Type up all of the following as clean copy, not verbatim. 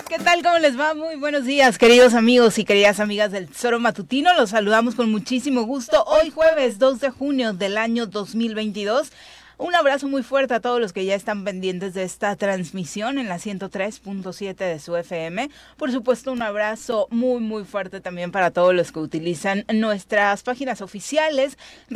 ¿Qué tal? ¿Cómo les va? Muy buenos días, queridos amigos y queridas amigas del Tesoro Matutino. Los saludamos con muchísimo gusto hoy jueves 2 de junio del año 2022. Un abrazo muy fuerte a todos los que ya están pendientes de esta transmisión en la 103.7 de su FM. Por supuesto, un abrazo muy fuerte también para todos los que utilizan nuestras páginas oficiales,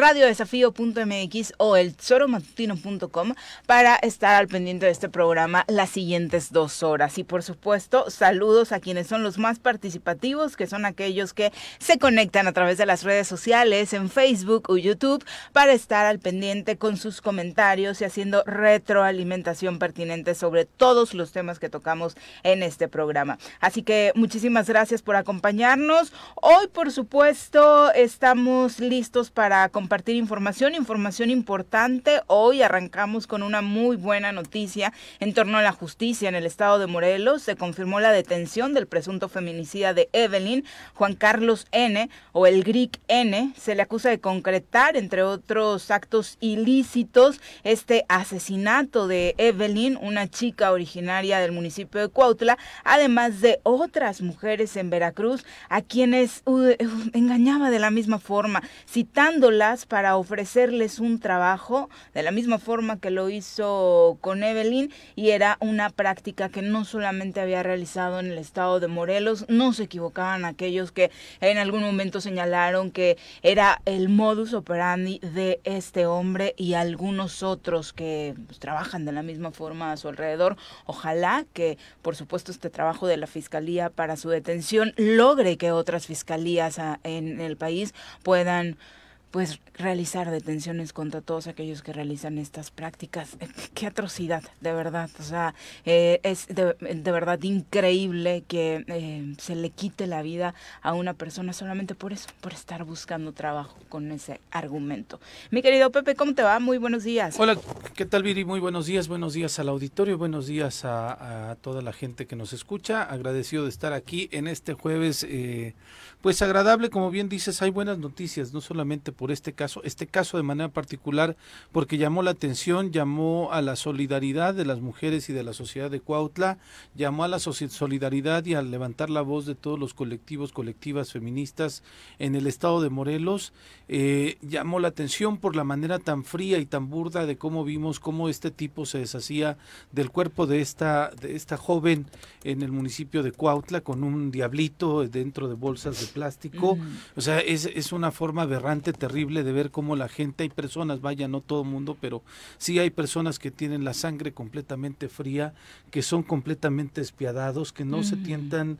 radiodesafío.mx o el tesoromatutino.com, para estar al pendiente de este programa las siguientes 2 horas. Y por supuesto, saludos a quienes son los más participativos, que son aquellos que se conectan a través de las redes sociales, en Facebook o YouTube, para estar al pendiente con sus comentarios y haciendo retroalimentación pertinente sobre todos los temas que tocamos en este programa. Así que muchísimas gracias por acompañarnos. Hoy, por supuesto, estamos listos para compartir información importante. Hoy arrancamos con una muy buena noticia en torno a la justicia en el estado de Morelos. Se confirmó la detención del presunto feminicida de Evelyn, Juan Carlos N., o el Gric N. Se le acusa de concretar, entre otros actos ilícitos, este asesinato de Evelyn, una chica originaria del municipio de Cuautla, además de otras mujeres en Veracruz, a quienes engañaba de la misma forma, citándolas para ofrecerles un trabajo, de la misma forma que lo hizo con Evelyn, y era una práctica que no solamente había realizado en el estado de Morelos. No se equivocaban aquellos que en algún momento señalaron que era el modus operandi de este hombre y algunos otros que pues trabajan de la misma forma a su alrededor. Ojalá que, por supuesto, este trabajo de la Fiscalía para su detención logre que otras fiscalías en el país puedan pues realizar detenciones contra todos aquellos que realizan estas prácticas. Qué atrocidad, de verdad. O sea, es de verdad increíble que se le quite la vida a una persona solamente por eso, por estar buscando trabajo con ese argumento. Mi querido Pepe, ¿cómo te va? Muy buenos días. Hola, ¿qué tal, Viri? Muy buenos días al auditorio, buenos días a toda la gente que nos escucha. Agradecido de estar aquí en este jueves, pues agradable, como bien dices. Hay buenas noticias, no solamente por este caso de manera particular, porque llamó la atención, llamó a la solidaridad de las mujeres y de la sociedad de Cuautla, llamó a la solidaridad y a levantar la voz de todos los colectivas feministas en el estado de Morelos. Llamó la atención por la manera tan fría y tan burda de cómo vimos cómo este tipo se deshacía del cuerpo de esta joven en el municipio de Cuautla con un diablito dentro de bolsas de plástico. O sea, es una forma aberrante, terrible de ver cómo la gente, hay personas, vaya, no todo el mundo, pero sí hay personas que tienen la sangre completamente fría, que son completamente despiadados, que no se tientan,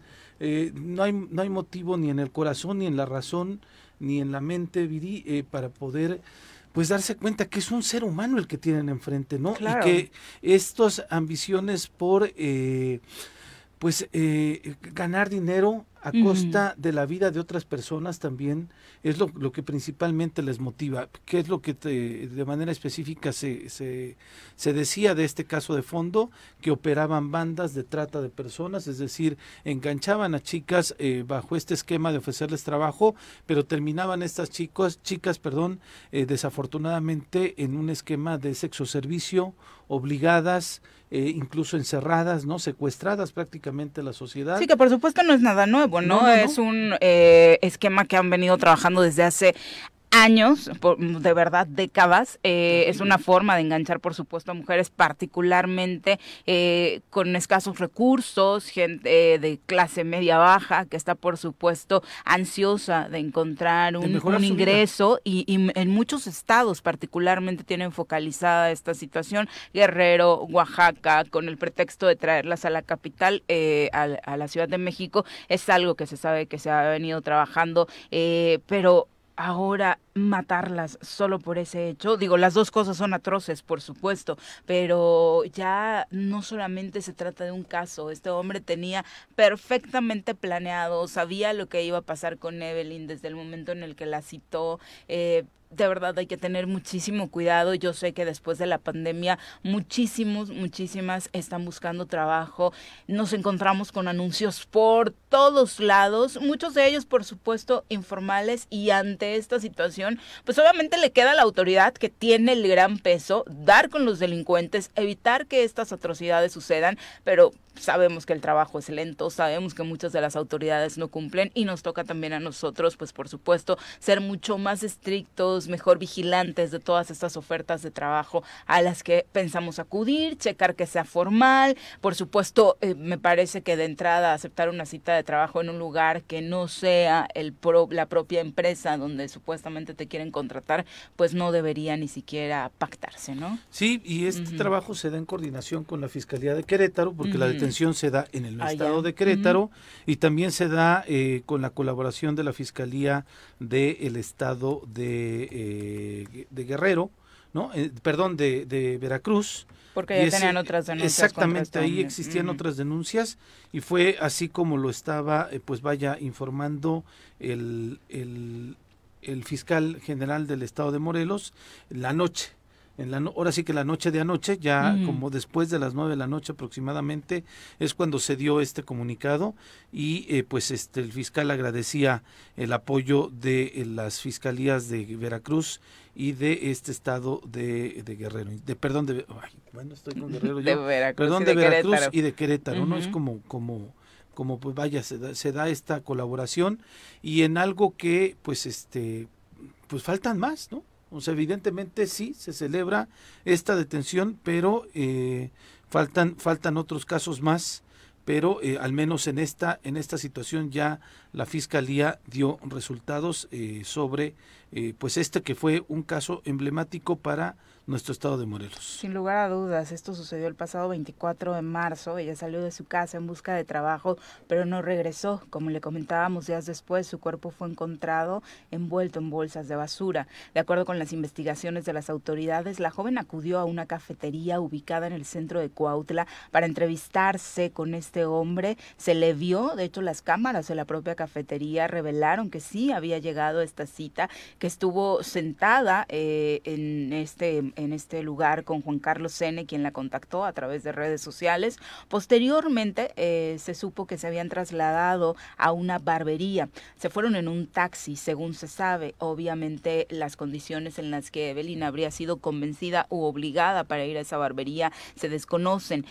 no hay motivo ni en el corazón, ni en la razón, ni en la mente, Viri, para poder pues darse cuenta que es un ser humano el que tienen enfrente, ¿no? Claro. Y que estas ambiciones por ganar dinero a costa de la vida de otras personas también es lo que principalmente les motiva. ¿Qué es lo que de manera específica se decía de este caso de fondo? Que operaban bandas de trata de personas, es decir, enganchaban a chicas bajo este esquema de ofrecerles trabajo, pero terminaban estas chicas, desafortunadamente en un esquema de sexoservicio, obligadas, incluso encerradas, ¿no? Secuestradas prácticamente la sociedad. Sí, que por supuesto no es nada nuevo, ¿no? No. Es un esquema que han venido trabajando desde hace años, de verdad décadas. Es una forma de enganchar, por supuesto, a mujeres particularmente con escasos recursos, gente de clase media baja que está, por supuesto, ansiosa de encontrar un ingreso y en muchos estados particularmente tienen focalizada esta situación. Guerrero, Oaxaca, con el pretexto de traerlas a la capital, a la Ciudad de México. Es algo que se sabe que se ha venido trabajando, pero ahora matarlas solo por ese hecho, digo, las dos cosas son atroces, por supuesto, pero ya no solamente se trata de un caso. Este hombre tenía perfectamente planeado, sabía lo que iba a pasar con Evelyn desde el momento en el que la citó. De verdad hay que tener muchísimo cuidado. Yo sé que después de la pandemia muchísimas están buscando trabajo. Nos encontramos con anuncios por todos lados, muchos de ellos, por supuesto, informales, y ante esta situación, pues obviamente le queda a la autoridad, que tiene el gran peso, dar con los delincuentes, evitar que estas atrocidades sucedan, pero sabemos que el trabajo es lento, sabemos que muchas de las autoridades no cumplen y nos toca también a nosotros, pues por supuesto, ser mucho más estrictos, mejor vigilantes de todas estas ofertas de trabajo a las que pensamos acudir, checar que sea formal. Por supuesto, me parece que de entrada aceptar una cita de trabajo en un lugar que no sea la propia empresa donde supuestamente te quieren contratar, pues no debería ni siquiera pactarse, ¿no? Sí, y este trabajo se da en coordinación con la Fiscalía de Querétaro, porque la detención se da en el estado de Querétaro y también se da con la colaboración de la Fiscalía del estado de Guerrero, ¿no? Perdón, de Veracruz. Porque ya tenían otras denuncias. Exactamente, ahí existían otras denuncias y fue así como lo estaba, informando el fiscal general del estado de Morelos la noche. Ahora sí que la noche de anoche, ya como después de las 9 de la noche aproximadamente, es cuando se dio este comunicado y el fiscal agradecía el apoyo de las fiscalías de Veracruz y de este estado de Guerrero, de Veracruz y de Querétaro, ¿no? Es como se da esta colaboración y en algo que pues faltan más, ¿no? O sea, evidentemente sí se celebra esta detención, pero faltan otros casos más, pero al menos en esta situación ya la Fiscalía dio resultados sobre que fue un caso emblemático para nuestro estado de Morelos. Sin lugar a dudas, esto sucedió el pasado 24 de marzo, ella salió de su casa en busca de trabajo, pero no regresó. Como le comentábamos, días después su cuerpo fue encontrado envuelto en bolsas de basura. De acuerdo con las investigaciones de las autoridades, la joven acudió a una cafetería ubicada en el centro de Cuautla para entrevistarse con este hombre. Se le vio, de hecho las cámaras de la propia cafetería revelaron que sí había llegado a esta cita, que estuvo sentada en este lugar con Juan Carlos N., quien la contactó a través de redes sociales. Posteriormente se supo que se habían trasladado a una barbería. Se fueron en un taxi, según se sabe. Obviamente las condiciones en las que Evelyn habría sido convencida u obligada para ir a esa barbería se desconocen.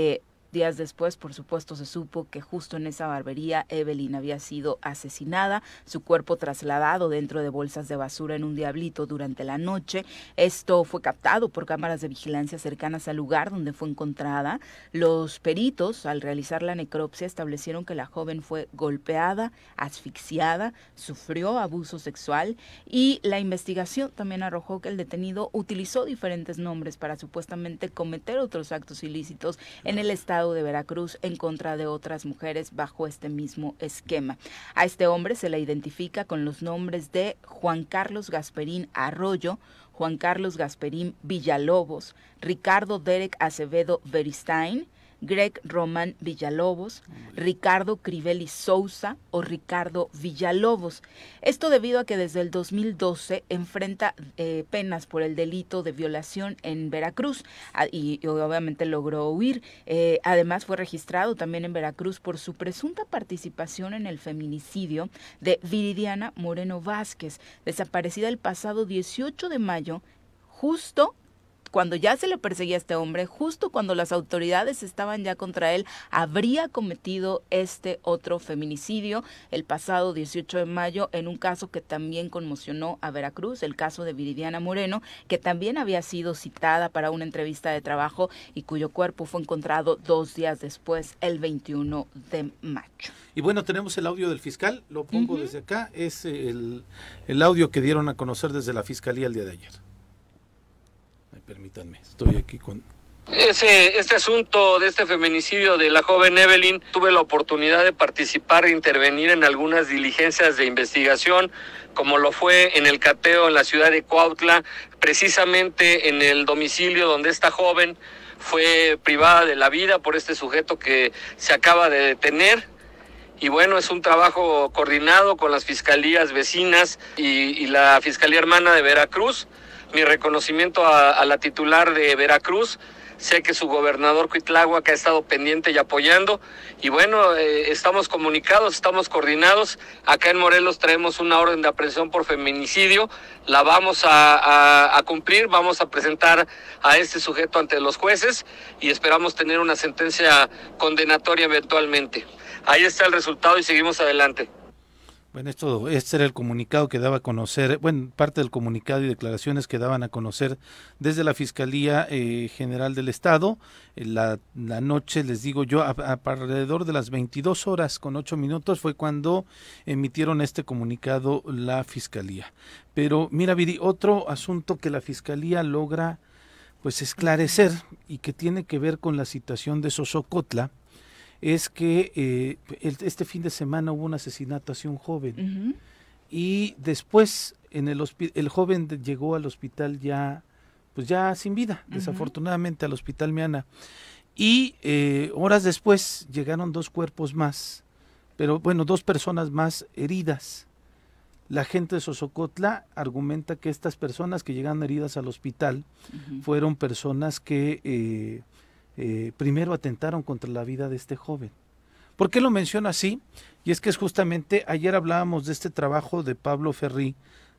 Días después, por supuesto, se supo que justo en esa barbería Evelyn había sido asesinada, su cuerpo trasladado dentro de bolsas de basura en un diablito durante la noche. Esto fue captado por cámaras de vigilancia cercanas al lugar donde fue encontrada. Los peritos, al realizar la necropsia, establecieron que la joven fue golpeada, asfixiada, sufrió abuso sexual y la investigación también arrojó que el detenido utilizó diferentes nombres para supuestamente cometer otros actos ilícitos en el estado de Veracruz en contra de otras mujeres bajo este mismo esquema. A este hombre se le identifica con los nombres de Juan Carlos Gasperín Arroyo, Juan Carlos Gasperín Villalobos, Ricardo Derek Acevedo Beristain, Greg Román Villalobos, Ricardo Crivelli Sousa o Ricardo Villalobos. Esto debido a que desde el 2012 enfrenta penas por el delito de violación en Veracruz y obviamente logró huir. Además fue registrado también en Veracruz por su presunta participación en el feminicidio de Viridiana Moreno Vázquez, desaparecida el pasado 18 de mayo, justo cuando ya se le perseguía a este hombre, justo cuando las autoridades estaban ya contra él, habría cometido este otro feminicidio el pasado 18 de mayo en un caso que también conmocionó a Veracruz, el caso de Viridiana Moreno, que también había sido citada para una entrevista de trabajo y cuyo cuerpo fue encontrado 2 días después, el 21 de mayo. Y bueno, tenemos el audio del fiscal, lo pongo desde acá, es el audio que dieron a conocer desde la Fiscalía el día de ayer. Permítanme, estoy aquí con... Este asunto de este feminicidio de la joven Evelyn, tuve la oportunidad de participar e intervenir en algunas diligencias de investigación, como lo fue en el cateo en la ciudad de Cuautla, precisamente en el domicilio donde esta joven fue privada de la vida por este sujeto que se acaba de detener. Y bueno, es un trabajo coordinado con las fiscalías vecinas y la Fiscalía Hermana de Veracruz. Mi reconocimiento a la titular de Veracruz, sé que su gobernador Cuitláhuac ha estado pendiente y apoyando, y bueno, estamos comunicados, estamos coordinados. Acá en Morelos traemos una orden de aprehensión por feminicidio, la vamos a cumplir, vamos a presentar a este sujeto ante los jueces y esperamos tener una sentencia condenatoria eventualmente. Ahí está el resultado y seguimos adelante. Bueno, este era el comunicado que daba a conocer, bueno, parte del comunicado y declaraciones que daban a conocer desde la Fiscalía General del Estado. La noche, les digo yo, alrededor de las 22:08 fue cuando emitieron este comunicado la Fiscalía. Pero mira, Viri, otro asunto que la Fiscalía logra pues esclarecer y que tiene que ver con la situación de Xosocotla, es que este fin de semana hubo un asesinato hacia un joven, y después el joven llegó al hospital ya sin vida, desafortunadamente al Hospital Meana, y horas después llegaron 2 cuerpos más, pero bueno, 2 personas más heridas. La gente de Xosocotla argumenta que estas personas que llegaron heridas al hospital fueron personas que primero atentaron contra la vida de este joven. ¿Por qué lo menciono así? Y es que justamente ayer hablábamos de este trabajo de Pablo Ferri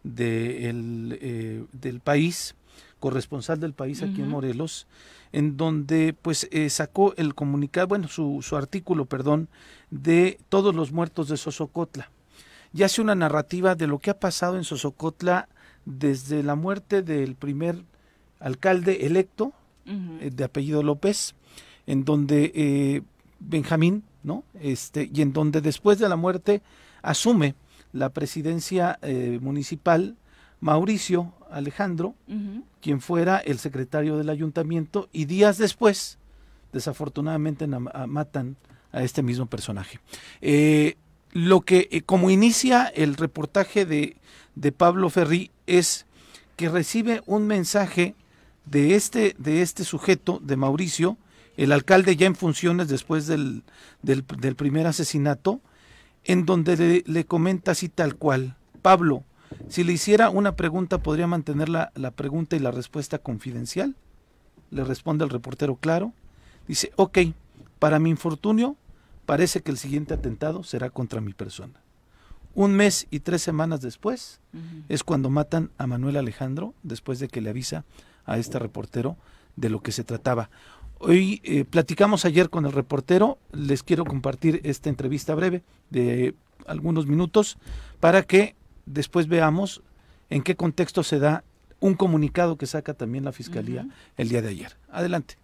del País, corresponsal del País aquí en Morelos, en donde pues sacó el comunicado, bueno, su artículo, de todos los muertos de Xosocotla, y hace una narrativa de lo que ha pasado en Xosocotla desde la muerte del primer alcalde electo, de apellido López, en donde Benjamín, ¿no? Y en donde después de la muerte asume la presidencia municipal Mauricio Alejandro, quien fuera el secretario del ayuntamiento, y días después, desafortunadamente, matan a este mismo personaje. Lo que, como inicia el reportaje de Pablo Ferri, es que recibe un mensaje de este sujeto, de Mauricio, el alcalde ya en funciones después del primer asesinato, en donde le comenta así tal cual: Pablo, si le hiciera una pregunta, ¿podría mantener la pregunta y la respuesta confidencial? Le responde el reportero: claro. Dice: ok, para mi infortunio, parece que el siguiente atentado será contra mi persona. 1 mes y 3 semanas después es cuando matan a Manuel Alejandro, después de que le avisa a este reportero de lo que se trataba. Hoy platicamos ayer con el reportero, les quiero compartir esta entrevista breve de algunos minutos para que después veamos en qué contexto se da un comunicado que saca también la Fiscalía el día de ayer. Adelante.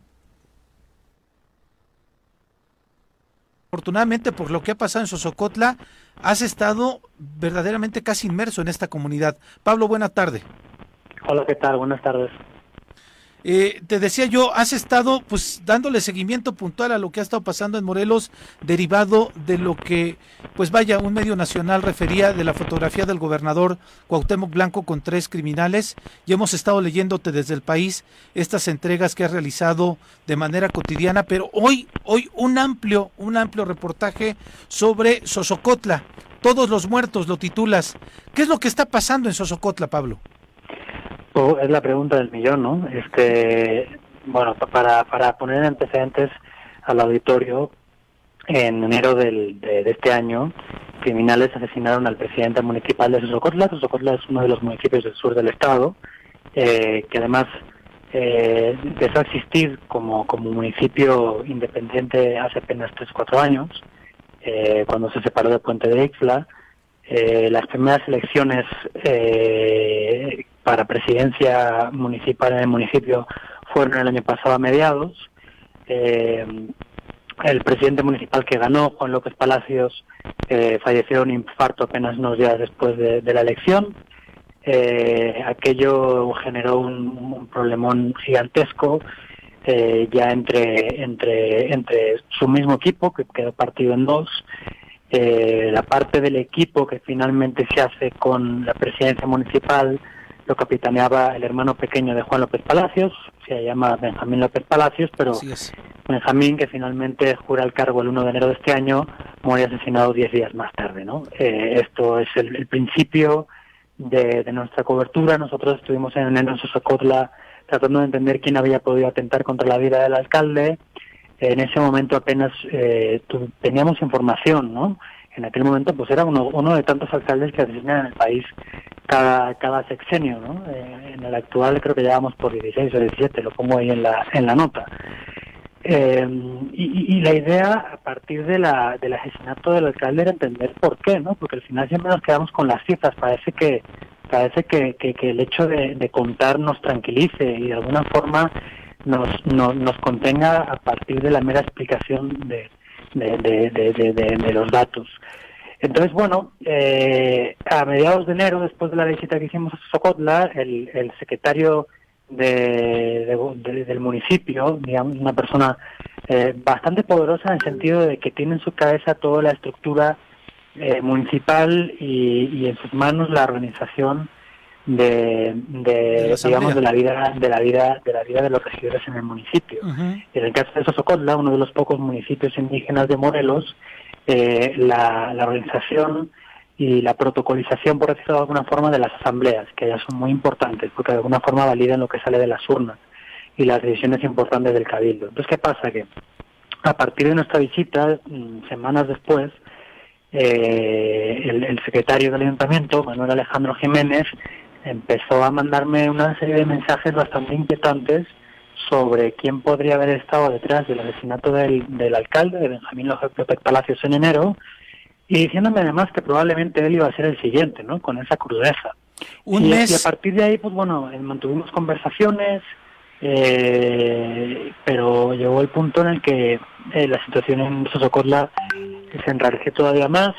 Afortunadamente, por lo que ha pasado en Xosocotla, has estado verdaderamente casi inmerso en esta comunidad. Pablo, buena tarde. Hola, ¿qué tal? Buenas tardes. Te decía yo, has estado pues dándole seguimiento puntual a lo que ha estado pasando en Morelos, derivado de lo que, pues vaya, un medio nacional refería de la fotografía del gobernador Cuauhtémoc Blanco con 3 criminales, y hemos estado leyéndote desde el País estas entregas que has realizado de manera cotidiana, pero hoy un amplio reportaje sobre Xosocotla, todos los muertos, lo titulas. ¿Qué es lo que está pasando en Xosocotla, Pablo? Es la pregunta del millón, ¿no? Bueno, para poner antecedentes al auditorio, en enero de este año, criminales asesinaron al presidente municipal de Xosocotla. Xosocotla es uno de los municipios del sur del estado, que además empezó a existir como municipio independiente hace apenas 3 o 4 años, cuando se separó de Puente de Ixtla. Las primeras elecciones para presidencia municipal en el municipio fueron el año pasado a mediados. El presidente municipal que ganó, Juan López Palacios, falleció de un infarto apenas unos días después de la elección. Aquello generó un problemón gigantesco ya entre su mismo equipo, que quedó partido en 2. La parte del equipo que finalmente se hace con la presidencia municipal lo capitaneaba el hermano pequeño de Juan López Palacios, se llama Benjamín López Palacios, pero Benjamín, que finalmente jura el cargo el 1 de enero de este año, muere asesinado 10 días más tarde, ¿no? Esto es el principio de nuestra cobertura. Nosotros estuvimos en enero en Xosocotla tratando de entender quién había podido atentar contra la vida del alcalde. En ese momento apenas teníamos información, ¿no? En aquel momento pues era uno de tantos alcaldes que asesinan en el país cada sexenio, ¿no? En el actual creo que llevamos por 16 o 17, lo pongo ahí en la nota. Y la idea a partir del asesinato del alcalde era entender por qué, ¿no? Porque al final siempre nos quedamos con las cifras. Parece que el hecho de contar nos tranquilice y de alguna forma nos contenga a partir de la mera explicación de los datos. Entonces, bueno, a mediados de enero, después de la visita que hicimos a Sosocotla, el secretario del municipio, digamos, una persona bastante poderosa en el sentido de que tiene en su cabeza toda la estructura municipal y en sus manos la organización digamos de la vida de los regidores en el municipio. Uh-huh. En el caso de Sosocotla, uno de los pocos municipios indígenas de Morelos, la organización y la protocolización, por decirlo de alguna forma, de las asambleas, que ya son muy importantes, porque de alguna forma validan lo que sale de las urnas y las decisiones importantes del cabildo. Entonces, ¿qué pasa? Que a partir de nuestra visita, semanas después, el secretario del ayuntamiento, Manuel Alejandro Jiménez, empezó a mandarme una serie de mensajes bastante inquietantes sobre quién podría haber estado detrás del asesinato del alcalde, de Benjamín López Palacios, en enero, y diciéndome además que probablemente él iba a ser el siguiente, ¿no? Con esa crudeza. Y a partir de ahí, pues bueno, mantuvimos conversaciones, pero llegó el punto en el que la situación en Sosocotla se enrareció todavía más.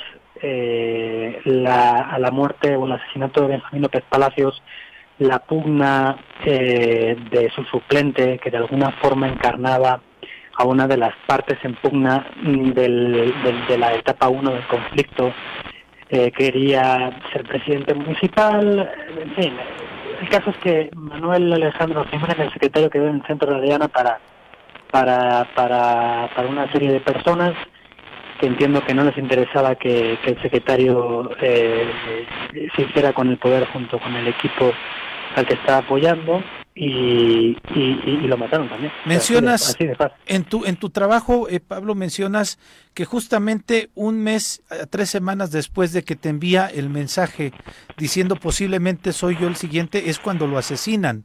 A la muerte o el asesinato de Benjamín López Palacios, la pugna de su suplente, que de alguna forma encarnaba a una de las partes en pugna de la etapa 1 del conflicto, quería ser presidente municipal. En fin, el caso es que Manuel Alejandro Jiménez, el secretario, quedó en el centro de la diana para una serie de personas que entiendo que no les interesaba que el secretario se hiciera con el poder junto con el equipo al que estaba apoyando, y lo mataron también. Mencionas, así de fácil. En tu trabajo, Pablo, mencionas que justamente un mes, 3 semanas después de que te envía el mensaje diciendo posiblemente soy yo el siguiente, es cuando lo asesinan.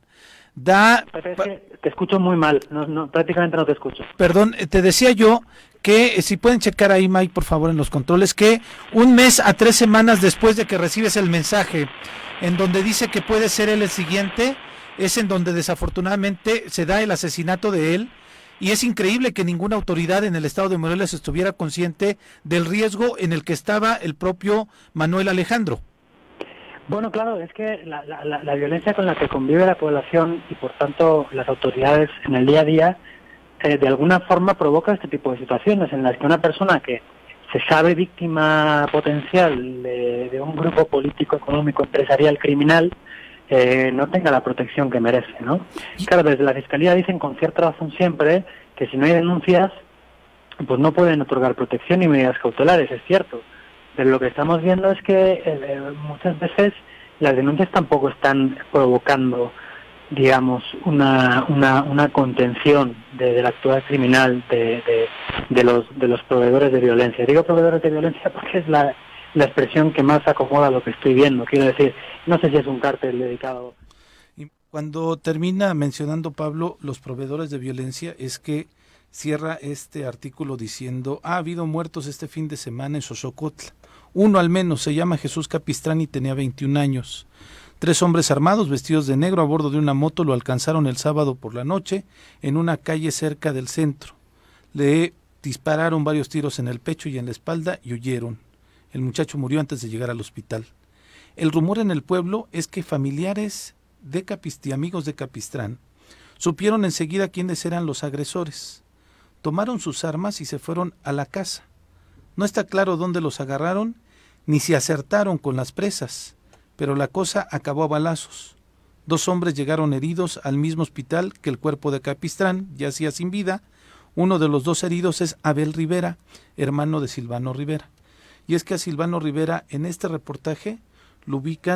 Te escucho muy mal, prácticamente no te escucho. Perdón, te decía yo que, si pueden checar ahí, Mike, por favor, en los controles, que un mes a 3 semanas después de que recibes el mensaje en donde dice que puede ser él el siguiente, es en donde desafortunadamente se da el asesinato de él, y es increíble que ninguna autoridad en el estado de Morelos estuviera consciente del riesgo en el que estaba el propio Manuel Alejandro. Bueno, claro, es que la violencia con la que convive la población y por tanto las autoridades en el día a día, de alguna forma provoca este tipo de situaciones en las que una persona que se sabe víctima potencial de un grupo político, económico, empresarial, criminal, no tenga la protección que merece, ¿no? Claro, desde la Fiscalía dicen con cierta razón siempre que si no hay denuncias, pues no pueden otorgar protección ni medidas cautelares, es cierto. Pero lo que estamos viendo es que muchas veces las denuncias tampoco están provocando, digamos, una contención del actuar criminal de los proveedores de violencia. Digo proveedores de violencia porque es la expresión que más acomoda a lo que estoy viendo. Quiero decir, no sé si es un cártel dedicado. Y cuando termina mencionando, Pablo, los proveedores de violencia, es que cierra este artículo diciendo: ha habido muertos este fin de semana en Xosocotla. Uno al menos, se llama Jesús Capistrán y tenía 21 años. 3 hombres armados vestidos de negro a bordo de una moto lo alcanzaron el sábado por la noche en una calle cerca del centro. Le dispararon varios tiros en el pecho y en la espalda y huyeron. El muchacho murió antes de llegar al hospital. El rumor en el pueblo es que familiares de amigos de Capistrán supieron enseguida quiénes eran los agresores. Tomaron sus armas y se fueron a la casa. No está claro dónde los agarraron ni si acertaron con las presas, pero la cosa acabó a balazos. 2 hombres llegaron heridos al mismo hospital que el cuerpo de Capistrán, yacía sin vida. Uno de los 2 heridos es Abel Rivera, hermano de Silvano Rivera. Y es que a Silvano Rivera en este reportaje lo ubican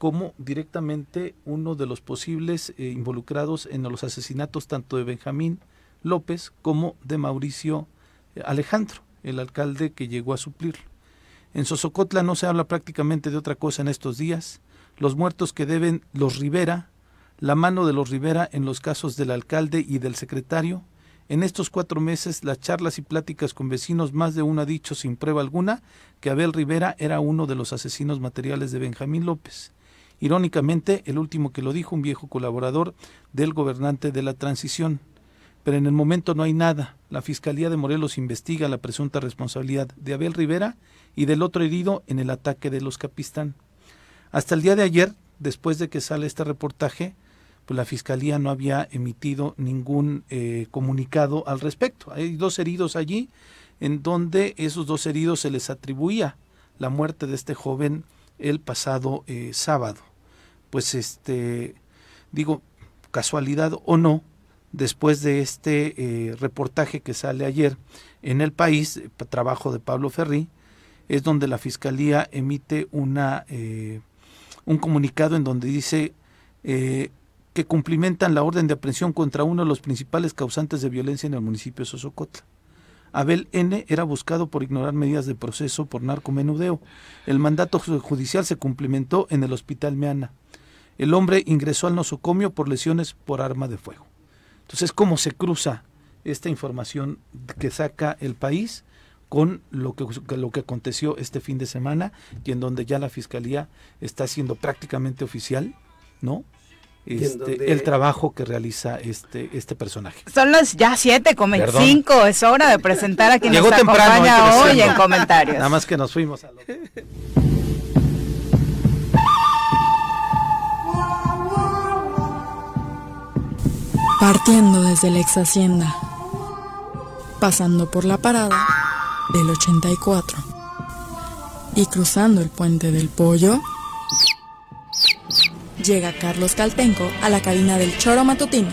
como directamente uno de los posibles involucrados en los asesinatos tanto de Benjamín López como de Mauricio Alejandro, el alcalde que llegó a suplirlo. En Sosocotla no se habla prácticamente de otra cosa en estos días. Los muertos que deben los Rivera, la mano de los Rivera en los casos del alcalde y del secretario. En estos 4 meses, las charlas y pláticas con vecinos, más de uno ha dicho sin prueba alguna que Abel Rivera era uno de los asesinos materiales de Benjamín López. Irónicamente, el último que lo dijo, un viejo colaborador del gobernante de la transición. Pero en el momento no hay nada. La Fiscalía de Morelos investiga la presunta responsabilidad de Abel Rivera y del otro herido en el ataque de los Capistán. Hasta el día de ayer, después de que sale este reportaje, pues la Fiscalía no había emitido ningún comunicado al respecto. Hay 2 heridos allí, en donde esos 2 heridos se les atribuía la muerte de este joven el pasado sábado. Pues digo, casualidad o no, después de este reportaje que sale ayer en El País, trabajo de Pablo Ferri, es donde la Fiscalía emite un comunicado en donde dice que cumplimentan la orden de aprehensión contra uno de los principales causantes de violencia en el municipio de Sosocotla. Abel N. era buscado por ignorar medidas de proceso por narcomenudeo. El mandato judicial se cumplimentó en el Hospital Meana. El hombre ingresó al nosocomio por lesiones por arma de fuego. Entonces, ¿cómo se cruza esta información que saca El País con lo que aconteció este fin de semana y en donde ya la Fiscalía está haciendo prácticamente oficial, ¿no? El trabajo que realiza este personaje. Son las ya 7:25, es hora de presentar a quien Llegó nos temprano, acompaña hoy en comentarios. Nada más que nos fuimos a lo... Partiendo desde la ex hacienda, pasando por la parada del 84 y cruzando el puente del Pollo, llega Carlos Caltenco a la cabina del Choro Matutino.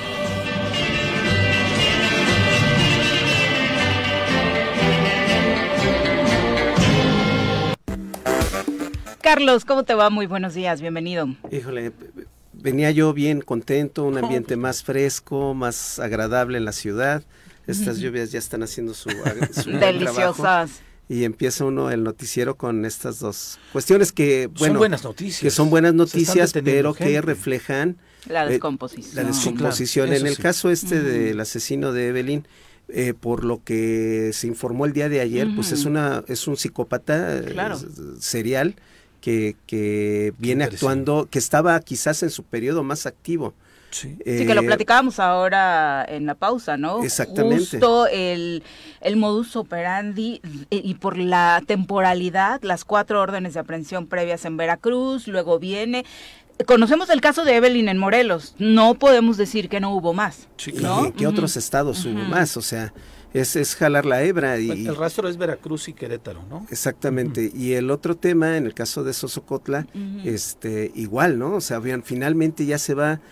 Carlos, ¿cómo te va? Muy buenos días, bienvenido. Híjole, venía yo bien contento, un ambiente más fresco, más agradable en la ciudad. Estas lluvias ya están haciendo su deliciosas trabajo. Y empieza uno el noticiero con estas 2 cuestiones que, bueno, son buenas noticias. Que son buenas noticias, pero gente que reflejan la descomposición. La descomposición. Sí, claro. En el caso del asesino de Evelyn, por lo que se informó el día de ayer, pues es un psicópata serial que viene actuando, que estaba quizás en su periodo más activo. Sí, que lo platicábamos ahora en la pausa, ¿no? Exactamente. Justo el modus operandi y por la temporalidad, las 4 órdenes de aprehensión previas en Veracruz, luego viene... Conocemos el caso de Evelyn en Morelos, no podemos decir que no hubo más, sí, ¿no? ¿Y qué otros estados hubo más? O sea, es jalar la hebra. Y el rastro es Veracruz y Querétaro, ¿no? Exactamente. Y el otro tema, en el caso de Sosocotla, igual, ¿no? O sea, finalmente ya se va...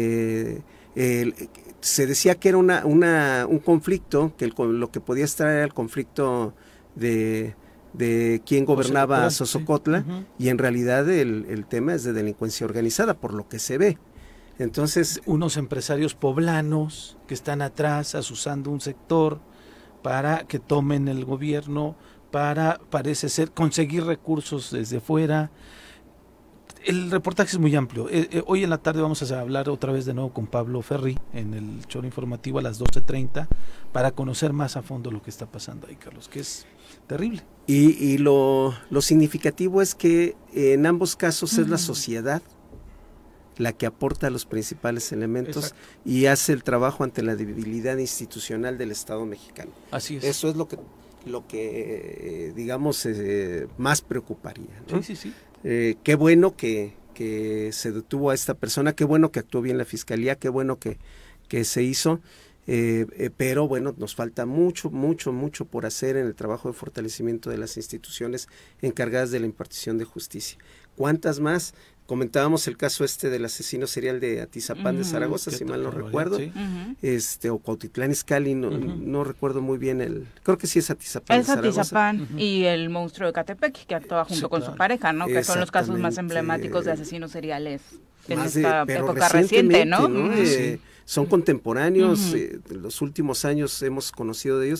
se decía que era un conflicto, que lo que podía estar era el conflicto de quién gobernaba Sosocotla, y en realidad el tema es de delincuencia organizada, por lo que se ve. Entonces, unos empresarios poblanos que están atrás asusando un sector para que tomen el gobierno, para, parece ser, conseguir recursos desde fuera. El reportaje es muy amplio. Hoy en la tarde vamos a hablar otra vez de nuevo con Pablo Ferri en el Choro Informativo a las 12:30 para conocer más a fondo lo que está pasando ahí, Carlos, que es terrible. Y lo significativo es que en ambos casos es la sociedad la que aporta los principales elementos. Exacto. Y hace el trabajo ante la debilidad institucional del Estado mexicano. Así es. Eso es lo que digamos más preocuparía, ¿no? Sí. Qué bueno que se detuvo a esta persona, qué bueno que actuó bien la Fiscalía, qué bueno que se hizo. pero bueno, nos falta mucho por hacer en el trabajo de fortalecimiento de las instituciones encargadas de la impartición de justicia. ¿Cuántas más? Comentábamos el caso del asesino serial de Atizapán de Zaragoza, si mal no recuerdo, sí. O Cuautitlán Izcalli, no recuerdo muy bien creo que sí es Atizapán de Zaragoza. Es Atizapán y el monstruo de Catepec, que actuaba junto con su pareja, ¿no? Que son los casos más emblemáticos de asesinos seriales en esta época reciente, ¿no? Sí. Son contemporáneos, en los últimos años hemos conocido de ellos,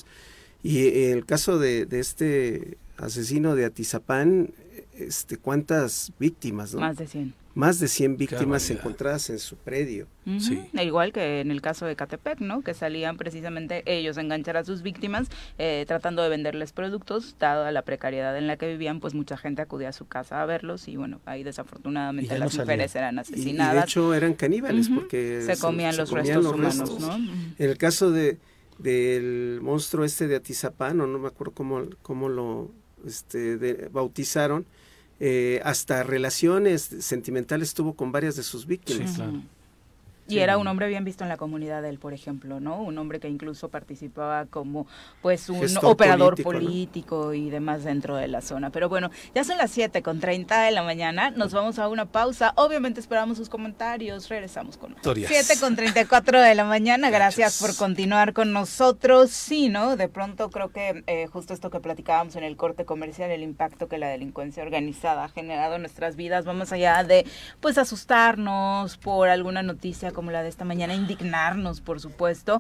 y en el caso de este asesino de Atizapán, ¿cuántas víctimas, no? Más de 100 víctimas encontradas en su predio. Sí. Igual que en el caso de Catepec, ¿no? Que salían precisamente ellos a enganchar a sus víctimas, tratando de venderles productos. Dada la precariedad en la que vivían, pues mucha gente acudía a su casa a verlos, y bueno, ahí desafortunadamente las mujeres eran asesinadas. Y de hecho eran caníbales, porque se comían los restos humanos, ¿no? En el caso del monstruo de Atizapán, no me acuerdo cómo lo bautizaron, hasta relaciones sentimentales tuvo con varias de sus víctimas. Sí, claro. Y era un hombre bien visto en la comunidad de él, por ejemplo, ¿no? Un hombre que incluso participaba como, pues, un operador político, ¿no? Y demás dentro de la zona. Pero bueno, ya son las 7:30 de la mañana, nos vamos a una pausa. Obviamente esperamos sus comentarios, regresamos con 7:34 de la mañana. Gracias por continuar con nosotros. Sí, ¿no? De pronto creo que justo esto que platicábamos en el corte comercial, el impacto que la delincuencia organizada ha generado en nuestras vidas, va más allá de, pues, asustarnos por alguna noticia como la de esta mañana, indignarnos, por supuesto,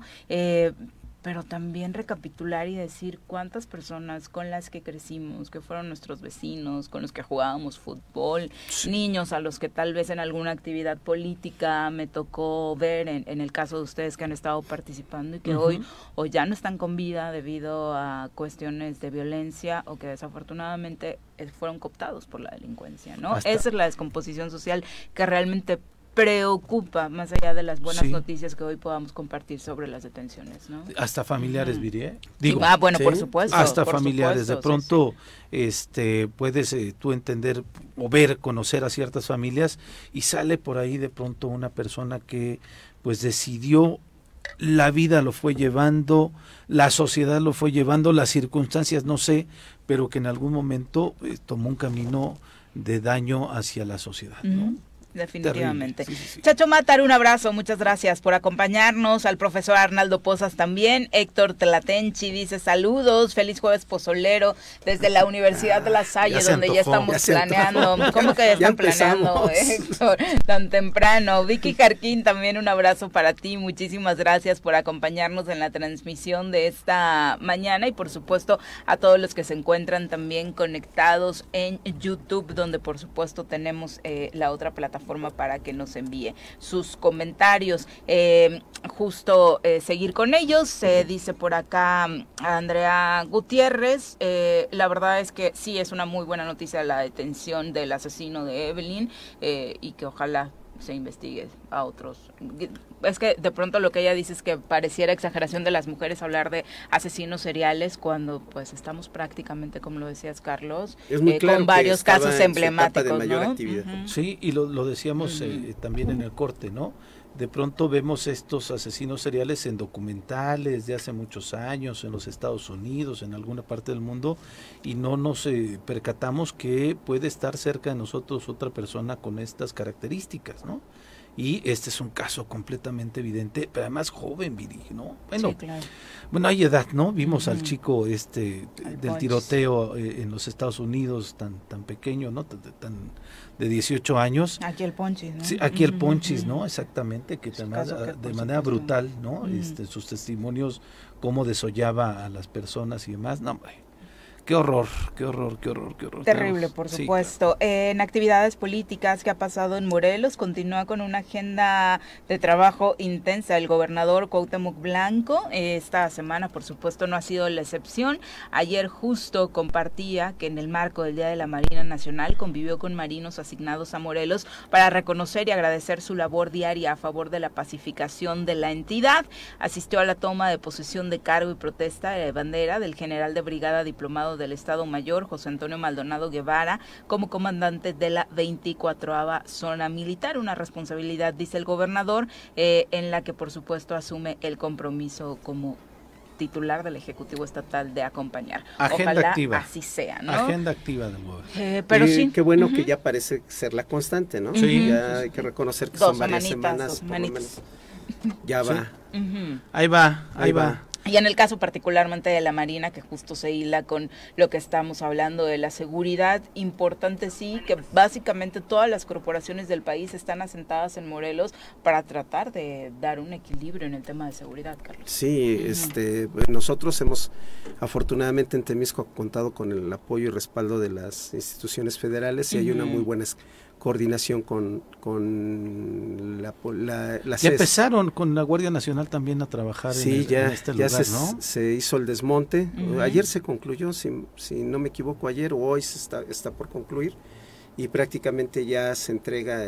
pero también recapitular y decir cuántas personas con las que crecimos, que fueron nuestros vecinos, con los que jugábamos fútbol, niños a los que tal vez en alguna actividad política me tocó ver, en el caso de ustedes que han estado participando y que hoy o ya no están con vida debido a cuestiones de violencia, o que desafortunadamente fueron cooptados por la delincuencia, ¿no? Esa es la descomposición social que realmente preocupa, más allá de las buenas noticias que hoy podamos compartir sobre las detenciones, ¿no? Hasta familiares, diré. Bueno, por supuesto. Hasta familiares. De pronto, puedes tú entender o ver, conocer a ciertas familias, y sale por ahí de pronto una persona que pues decidió, la vida lo fue llevando, la sociedad lo fue llevando, las circunstancias no sé, pero que en algún momento tomó un camino de daño hacia la sociedad, ¿no? Definitivamente. Sí. Chacho Matar, un abrazo, muchas gracias por acompañarnos. Al profesor Arnaldo Pozas también. Héctor Tlatenchi dice saludos, feliz jueves pozolero desde la Universidad de La Salle, donde ya estamos planeando. ¿Cómo que ya están planeando, Héctor? Tan temprano. Vicky Jarquín, también un abrazo para ti. Muchísimas gracias por acompañarnos en la transmisión de esta mañana, y por supuesto a todos los que se encuentran también conectados en YouTube, donde por supuesto tenemos la otra plataforma para que nos envíe sus comentarios. Seguir con ellos, dice por acá Andrea Gutiérrez, la verdad es que sí es una muy buena noticia la detención del asesino de Evelyn, y que ojalá se investigue a otros. Es que de pronto lo que ella dice es que pareciera exageración de las mujeres hablar de asesinos seriales, cuando pues estamos prácticamente, como lo decías, Carlos, con varios casos emblemáticos, ¿no? Sí, y lo decíamos también en el corte, ¿no? De pronto vemos estos asesinos seriales en documentales de hace muchos años, en los Estados Unidos, en alguna parte del mundo, y no nos percatamos que puede estar cerca de nosotros otra persona con estas características, ¿no? Y este es un caso completamente evidente, pero además joven, Viri, ¿no? Bueno, sí, claro. Bueno, hay edad, ¿no? Vimos al chico del tiroteo en los Estados Unidos, tan pequeño, ¿no? De 18 años. Aquí el Ponchis, ¿no? Sí, aquí el Ponchis, ¿no? Exactamente, que además de manera brutal, ¿no? Sus testimonios, cómo desollaba a las personas y demás, no, hombre. Qué horror. Terrible, por supuesto. Claro. En actividades políticas, ¿qué ha pasado en Morelos? Continúa con una agenda de trabajo intensa el gobernador Cuauhtémoc Blanco. Esta semana, por supuesto, no ha sido la excepción. Ayer justo compartía que en el marco del Día de la Marina Nacional convivió con marinos asignados a Morelos para reconocer y agradecer su labor diaria a favor de la pacificación de la entidad. Asistió a la toma de posesión de cargo y protesta de bandera del general de brigada diplomado Gobierno del Estado Mayor, José Antonio Maldonado Guevara, como comandante de la 24ª Zona Militar, una responsabilidad, dice el gobernador, en la que por supuesto asume el compromiso como titular del Ejecutivo Estatal de acompañar. Agenda Ojalá activa. así sea, ¿no? Agenda activa del gobierno. Pero sí. Qué bueno que ya parece ser la constante, ¿no? Sí. Ya hay que reconocer que Dos son varias semanitas, semanas, por lo menos. Ya va. Ahí va. Y en el caso particularmente de la Marina, que justo se hila con lo que estamos hablando de la seguridad, importante sí, que básicamente todas las corporaciones del país están asentadas en Morelos para tratar de dar un equilibrio en el tema de seguridad, Carlos. Sí, nosotros hemos afortunadamente en Temisco contado con el apoyo y respaldo de las instituciones federales y hay una muy buena coordinación con la Ya CES. empezaron con la Guardia Nacional también a trabajar en este lugar, ¿no? Se hizo el desmonte. Ayer se concluyó, si no me equivoco, ayer o hoy está por concluir y prácticamente ya se entrega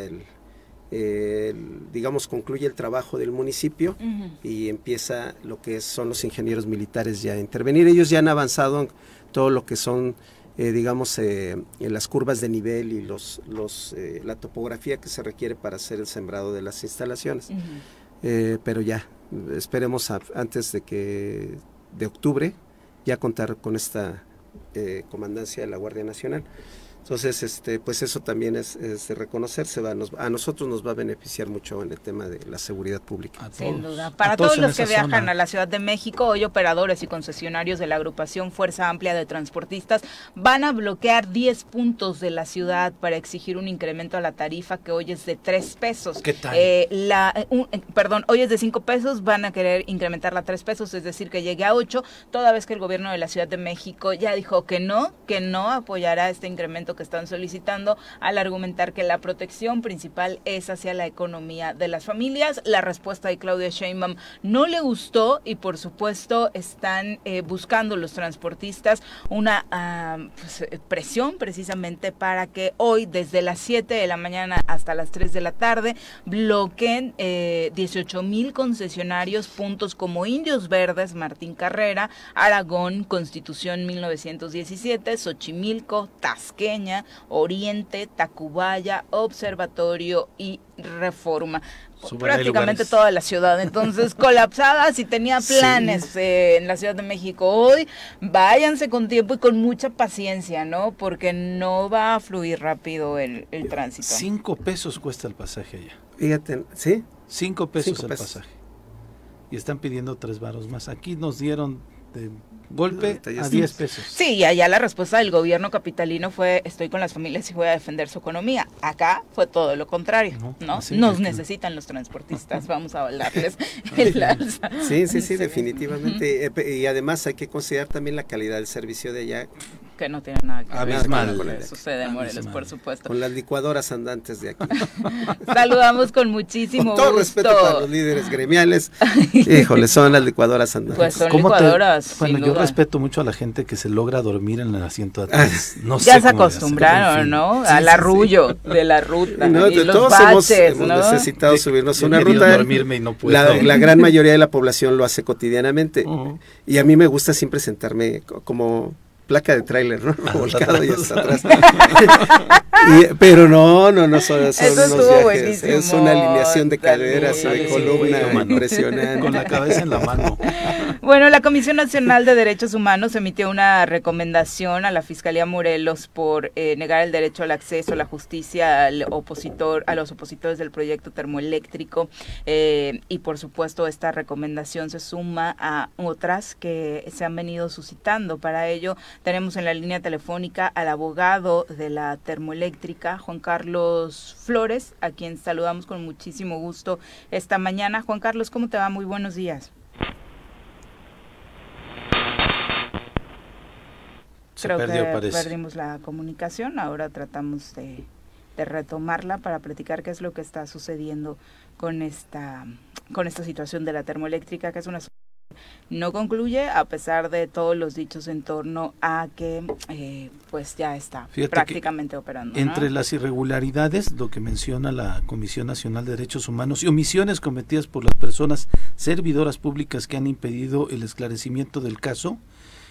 digamos, concluye el trabajo del municipio y empieza lo que son los ingenieros militares ya a intervenir. Ellos ya han avanzado en todo lo que son digamos, en las curvas de nivel y la topografía que se requiere para hacer el sembrado de las instalaciones. Pero ya, esperemos antes de octubre ya contar con esta comandancia de la Guardia Nacional. Entonces, pues eso también es de reconocerse, a nosotros nos va a beneficiar mucho en el tema de la seguridad pública. Sin duda. Para todos los que viajan a la Ciudad de México, hoy operadores y concesionarios de la agrupación Fuerza Amplia de Transportistas van a bloquear 10 puntos de la ciudad para exigir un incremento a la tarifa que hoy es de 3 pesos. ¿Qué tal? Hoy es de 5 pesos, van a querer incrementarla a 3 pesos, es decir, que llegue a 8, toda vez que el gobierno de la Ciudad de México ya dijo que no apoyará este incremento que están solicitando al argumentar que la protección principal es hacia la economía de las familias. La respuesta de Claudia Sheinbaum no le gustó y por supuesto están buscando los transportistas una presión precisamente para que hoy desde las 7 de la mañana hasta las 3 de la tarde bloqueen 18,000 concesionarios, puntos como Indios Verdes, Martín Carrera, Aragón, Constitución 1917, Xochimilco, Tasqueña, Oriente, Tacubaya, Observatorio y Reforma. Prácticamente toda la ciudad, entonces colapsada. Si tenía planes en la Ciudad de México hoy, váyanse con tiempo y con mucha paciencia, ¿no? Porque no va a fluir rápido el tránsito. 5 pesos cuesta el pasaje allá. Fíjate, ¿sí? 5 pesos el pasaje. Y están pidiendo 3 varos más. Aquí nos dieron de golpe a 10 pesos. Sí, y allá la respuesta del gobierno capitalino fue: estoy con las familias y voy a defender su economía. Acá fue todo lo contrario, ¿no? Nos necesitan los transportistas, vamos a hablarles el alza. Sí, definitivamente. Y además hay que considerar también la calidad del servicio de allá. Que no tiene nada que ver abismal con lo que sucede en Morelos, por supuesto. Con las licuadoras andantes de aquí. Saludamos con muchísimo gusto. Con todo respeto para los líderes gremiales. Híjole, son las licuadoras andantes. Pues son licuadoras, Bueno, sin yo duda. Respeto mucho a la gente que se logra dormir en el asiento de atrás. Ya se acostumbraron, ¿no? Al arrullo de la ruta. No, y los todos baches, hemos ¿no? necesitado subirnos yo una quería ruta. dormirme y no puedo. La gran mayoría de la población lo hace cotidianamente. Y a mí me gusta siempre sentarme como placa de tráiler, ¿no? Volcado y hasta atrás. Pero no, son unos viajes. Buenísimo. Es una alineación de caderas y de columna impresionante. Con la cabeza en la mano. Bueno, la Comisión Nacional de Derechos Humanos emitió una recomendación a la Fiscalía Morelos por negar el derecho al acceso a la justicia a los opositores del proyecto termoeléctrico y por supuesto esta recomendación se suma a otras que se han venido suscitando. Para ello tenemos en la línea telefónica al abogado de la termoeléctrica, Juan Carlos Flores, a quien saludamos con muchísimo gusto esta mañana. Juan Carlos, ¿cómo te va? Muy buenos días. Creo que perdimos la comunicación, ahora tratamos de retomarla para platicar qué es lo que está sucediendo con esta situación de la termoeléctrica, que es una no concluye a pesar de todos los dichos en torno a que pues ya está prácticamente operando, ¿no? Entre las irregularidades, lo que menciona la Comisión Nacional de Derechos Humanos y omisiones cometidas por las personas servidoras públicas que han impedido el esclarecimiento del caso,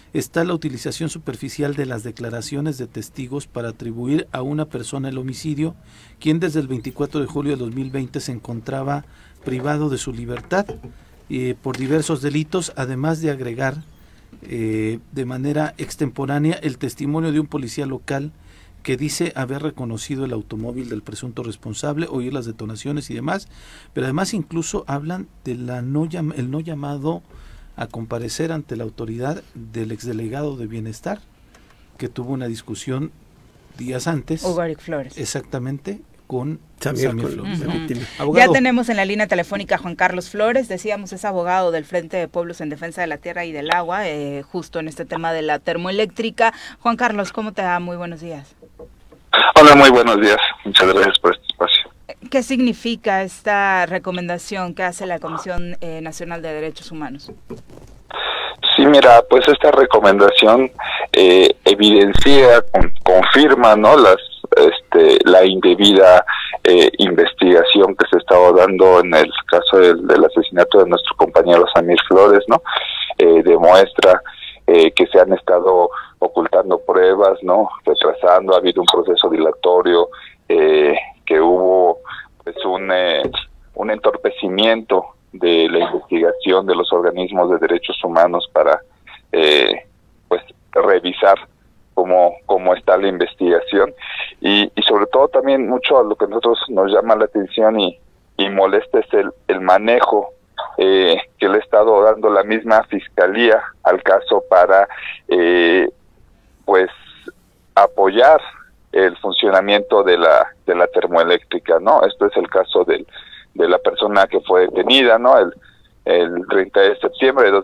está la utilización superficial de las declaraciones de testigos para atribuir a una persona el homicidio, quien desde el 24 de julio de 2020 se encontraba privado de su libertad por diversos delitos, además de agregar de manera extemporánea el testimonio de un policía local que dice haber reconocido el automóvil del presunto responsable, oír las detonaciones y demás, pero además incluso hablan de el no llamado a comparecer ante la autoridad del exdelegado de Bienestar, que tuvo una discusión días antes. Hugo Eric Flores. Exactamente, con Samir Flores. Ya tenemos en la línea telefónica a Juan Carlos Flores, decíamos es abogado del Frente de Pueblos en Defensa de la Tierra y del Agua, justo en este tema de la termoeléctrica. Juan Carlos, ¿cómo te va? Muy buenos días. Hola, muy buenos días. Muchas gracias por este espacio. ¿Qué significa esta recomendación que hace la Comisión Nacional de Derechos Humanos? Sí, mira, pues esta recomendación evidencia, confirma, ¿no?, la indebida investigación que se estaba dando en el caso del asesinato de nuestro compañero Samir Flores, ¿no? Demuestra que se han estado ocultando pruebas, ¿no?, retrasando, ha habido un proceso dilatorio, que hubo pues un entorpecimiento de la investigación de los organismos de derechos humanos para pues revisar cómo está la investigación y sobre todo también mucho a lo que a nosotros nos llama la atención y molesta es el manejo que le ha estado dando la misma fiscalía al caso para pues apoyar el funcionamiento de la termoeléctrica, ¿no? Esto es el caso de la persona que fue detenida, ¿no?, el 30 de septiembre de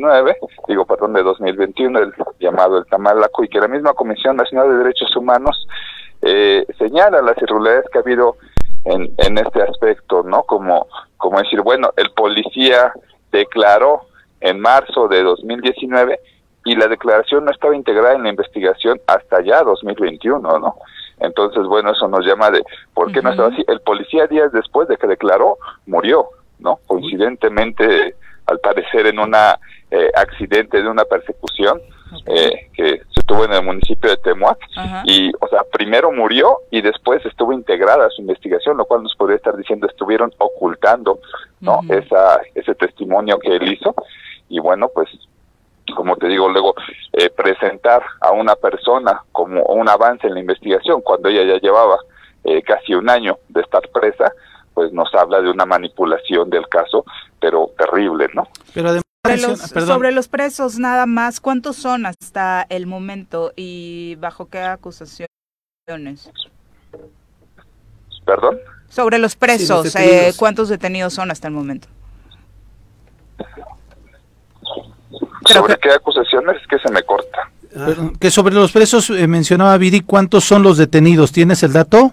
2021, el llamado el Tamalaco, y que la misma Comisión Nacional de Derechos Humanos señala las irregularidades que ha habido en este aspecto, ¿no? Como decir, bueno, el policía declaró en marzo de 2019 y la declaración no estaba integrada en la investigación hasta ya 2021, ¿no? Entonces, bueno, eso nos llama de ¿por qué no estaba así? El policía días después de que declaró murió, ¿no? Coincidentemente, al parecer en un accidente de una persecución que se tuvo en el municipio de Temuac, y, o sea, primero murió y después estuvo integrada a su investigación, lo cual nos podría estar diciendo estuvieron ocultando, ¿no?, ese testimonio que él hizo, y bueno, pues, como te digo, luego presentar a una persona como un avance en la investigación cuando ella ya llevaba casi un año de estar presa, pues nos habla de una manipulación del caso, pero terrible, ¿no? Pero además, sobre los presos nada más, ¿cuántos son hasta el momento y bajo qué acusaciones? ¿Perdón? Sobre los presos, sí, ¿cuántos detenidos son hasta el momento? ¿Sobre qué acusaciones? Es que se me corta. Que sobre los presos mencionaba Viri, ¿cuántos son los detenidos? ¿Tienes el dato?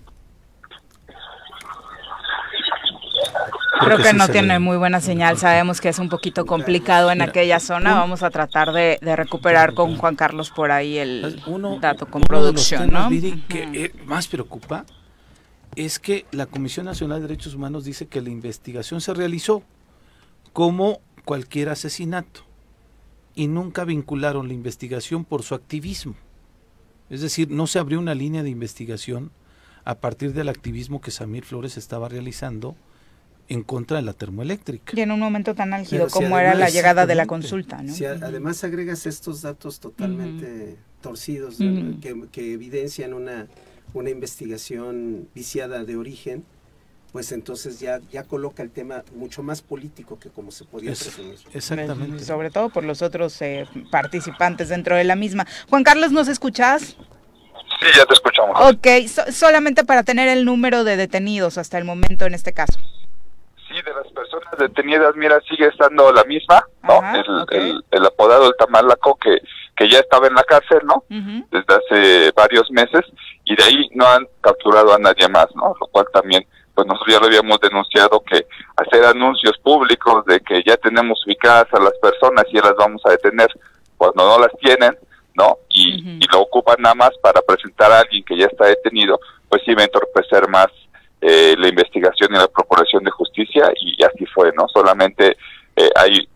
Creo que no tiene muy buena señal, sabemos que es un poquito complicado en aquella zona, vamos a tratar de recuperar con Juan Carlos por ahí el dato con producción, ¿no? Viri, que más preocupa es que la Comisión Nacional de Derechos Humanos dice que la investigación se realizó como cualquier asesinato y nunca vincularon la investigación por su activismo. Es decir, no se abrió una línea de investigación a partir del activismo que Samir Flores estaba realizando en contra de la termoeléctrica. Y en un momento tan álgido como era la llegada de la consulta, ¿no? Si además agregas estos datos totalmente torcidos, que evidencian una investigación viciada de origen, pues entonces ya coloca el tema mucho más político que como se podía presumir. Exactamente. Sobre todo por los otros participantes dentro de la misma. Juan Carlos, ¿nos escuchás? Sí, ya te escuchamos. Ok, solamente para tener el número de detenidos hasta el momento en este caso. Sí, de las personas detenidas, mira, sigue estando la misma, ¿no? Ajá, el apodado el Tamalaco que ya estaba en la cárcel, ¿no? Desde hace varios meses, y de ahí no han capturado a nadie más, ¿no? Lo cual también, pues nosotros ya lo habíamos denunciado, que hacer anuncios públicos de que ya tenemos ubicadas a las personas y ya las vamos a detener cuando no las tienen, ¿no? Y lo ocupan nada más para presentar a alguien que ya está detenido, pues sí va a entorpecer más la investigación y la procuración de justicia, y así fue, ¿no? Solamente sigue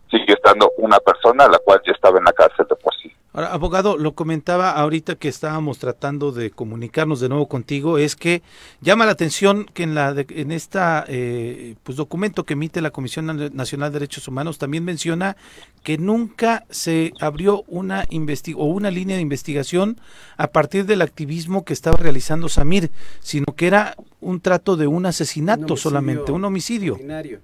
arrestando una persona, la cual ya estaba en la cárcel de por sí. Ahora, abogado, lo comentaba ahorita que estábamos tratando de comunicarnos de nuevo contigo, es que llama la atención que en esta pues documento que emite la Comisión Nacional de Derechos Humanos también menciona que nunca se abrió una línea de investigación a partir del activismo que estaba realizando Samir, sino que era un trato de un asesinato solamente, un homicidio. Ordinario.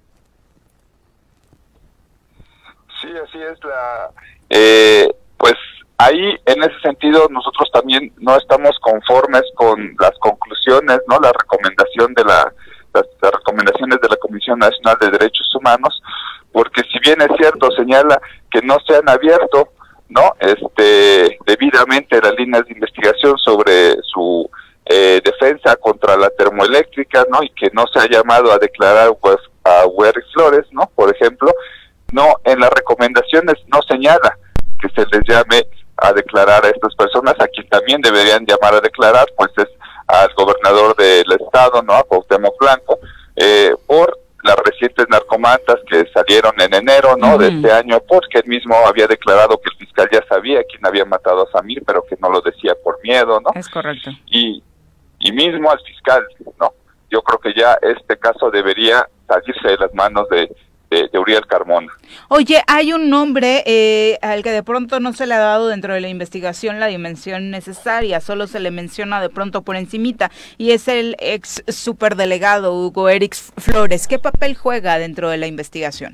Sí, así es pues ahí, en ese sentido, nosotros también no estamos conformes con las conclusiones, ¿no? Las recomendaciones de la Comisión Nacional de Derechos Humanos, porque si bien es cierto, señala que no se han abierto, ¿no? Debidamente las líneas de investigación sobre su defensa contra la termoeléctrica, ¿no? Y que no se ha llamado a declarar a Wery Flores, ¿no? Por ejemplo, no, en las recomendaciones no señala que se les llame a declarar a estas personas. A quien también deberían llamar a declarar, pues es al gobernador del estado, ¿no? A Cuauhtémoc Blanco, por las recientes narcomantas que salieron en enero, ¿no? De este año, porque él mismo había declarado que el fiscal ya sabía quién había matado a Samir, pero que no lo decía por miedo, ¿no? Es correcto. Y mismo al fiscal, ¿no? Yo creo que ya este caso debería salirse de las manos de Uriel Carmona. Oye, hay un nombre al que de pronto no se le ha dado dentro de la investigación la dimensión necesaria, solo se le menciona de pronto por encimita, y es el ex superdelegado Hugo Eric Flores. ¿Qué papel juega dentro de la investigación?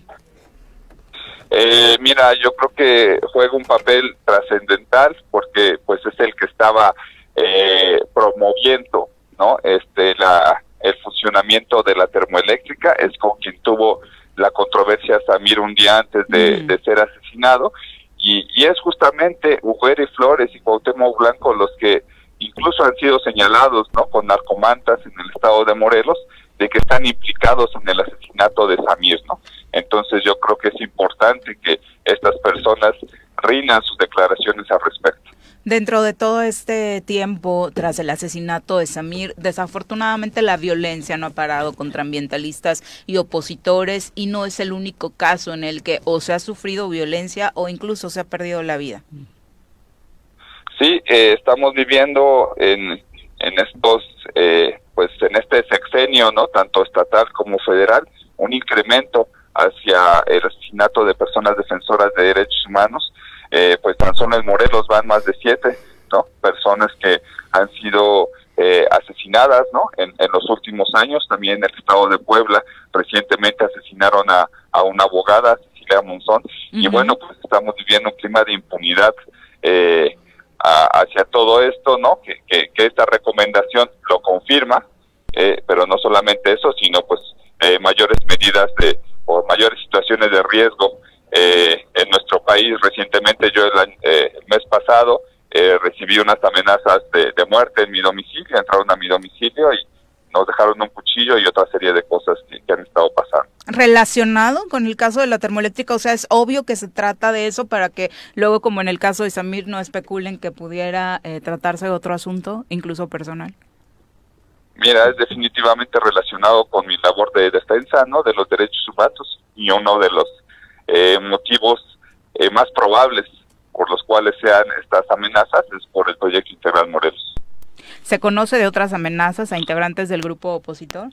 Mira, yo creo que juega un papel trascendental porque pues es el que estaba promoviendo, ¿no? El funcionamiento de la termoeléctrica, es con quien tuvo la controversia Samir un día antes de ser asesinado, y es justamente Hugo Eric Flores y Cuauhtémoc Blanco los que incluso han sido señalados, ¿no? Con narcomantas en el estado de Morelos, de que están implicados en el asesinato de Samir, ¿no? Entonces yo creo que es importante que estas personas rindan sus declaraciones al respecto. Dentro de todo este tiempo, tras el asesinato de Samir, desafortunadamente la violencia no ha parado contra ambientalistas y opositores, y no es el único caso en el que o se ha sufrido violencia o incluso se ha perdido la vida. Sí, estamos viviendo en estos, pues en este sexenio, ¿no? Tanto estatal como federal, un incremento hacia el asesinato de personas defensoras de derechos humanos. Pues tan solo en Morelos van más de 7, ¿no? Personas que han sido asesinadas, ¿no? En los últimos años. También en el estado de Puebla recientemente asesinaron a una abogada, Cecilia Monzón, y bueno, pues estamos viviendo un clima de impunidad hacia todo esto, ¿no? Que esta recomendación lo confirma, pero no solamente eso, sino pues mayores medidas o mayores situaciones de riesgo en nuestro país. Recientemente yo el mes pasado recibí unas amenazas de muerte en mi domicilio, entraron a mi domicilio y nos dejaron un cuchillo y otra serie de cosas que han estado pasando. ¿Relacionado con el caso de la termoeléctrica? O sea, es obvio que se trata de eso para que luego, como en el caso de Samir, no especulen que pudiera tratarse de otro asunto, incluso personal. Mira, es definitivamente relacionado con mi labor de defensa, ¿no? De los derechos humanos, y uno de los motivos más probables por los cuales sean estas amenazas es por el Proyecto Integral Morelos. ¿Se conoce de otras amenazas a integrantes del grupo opositor?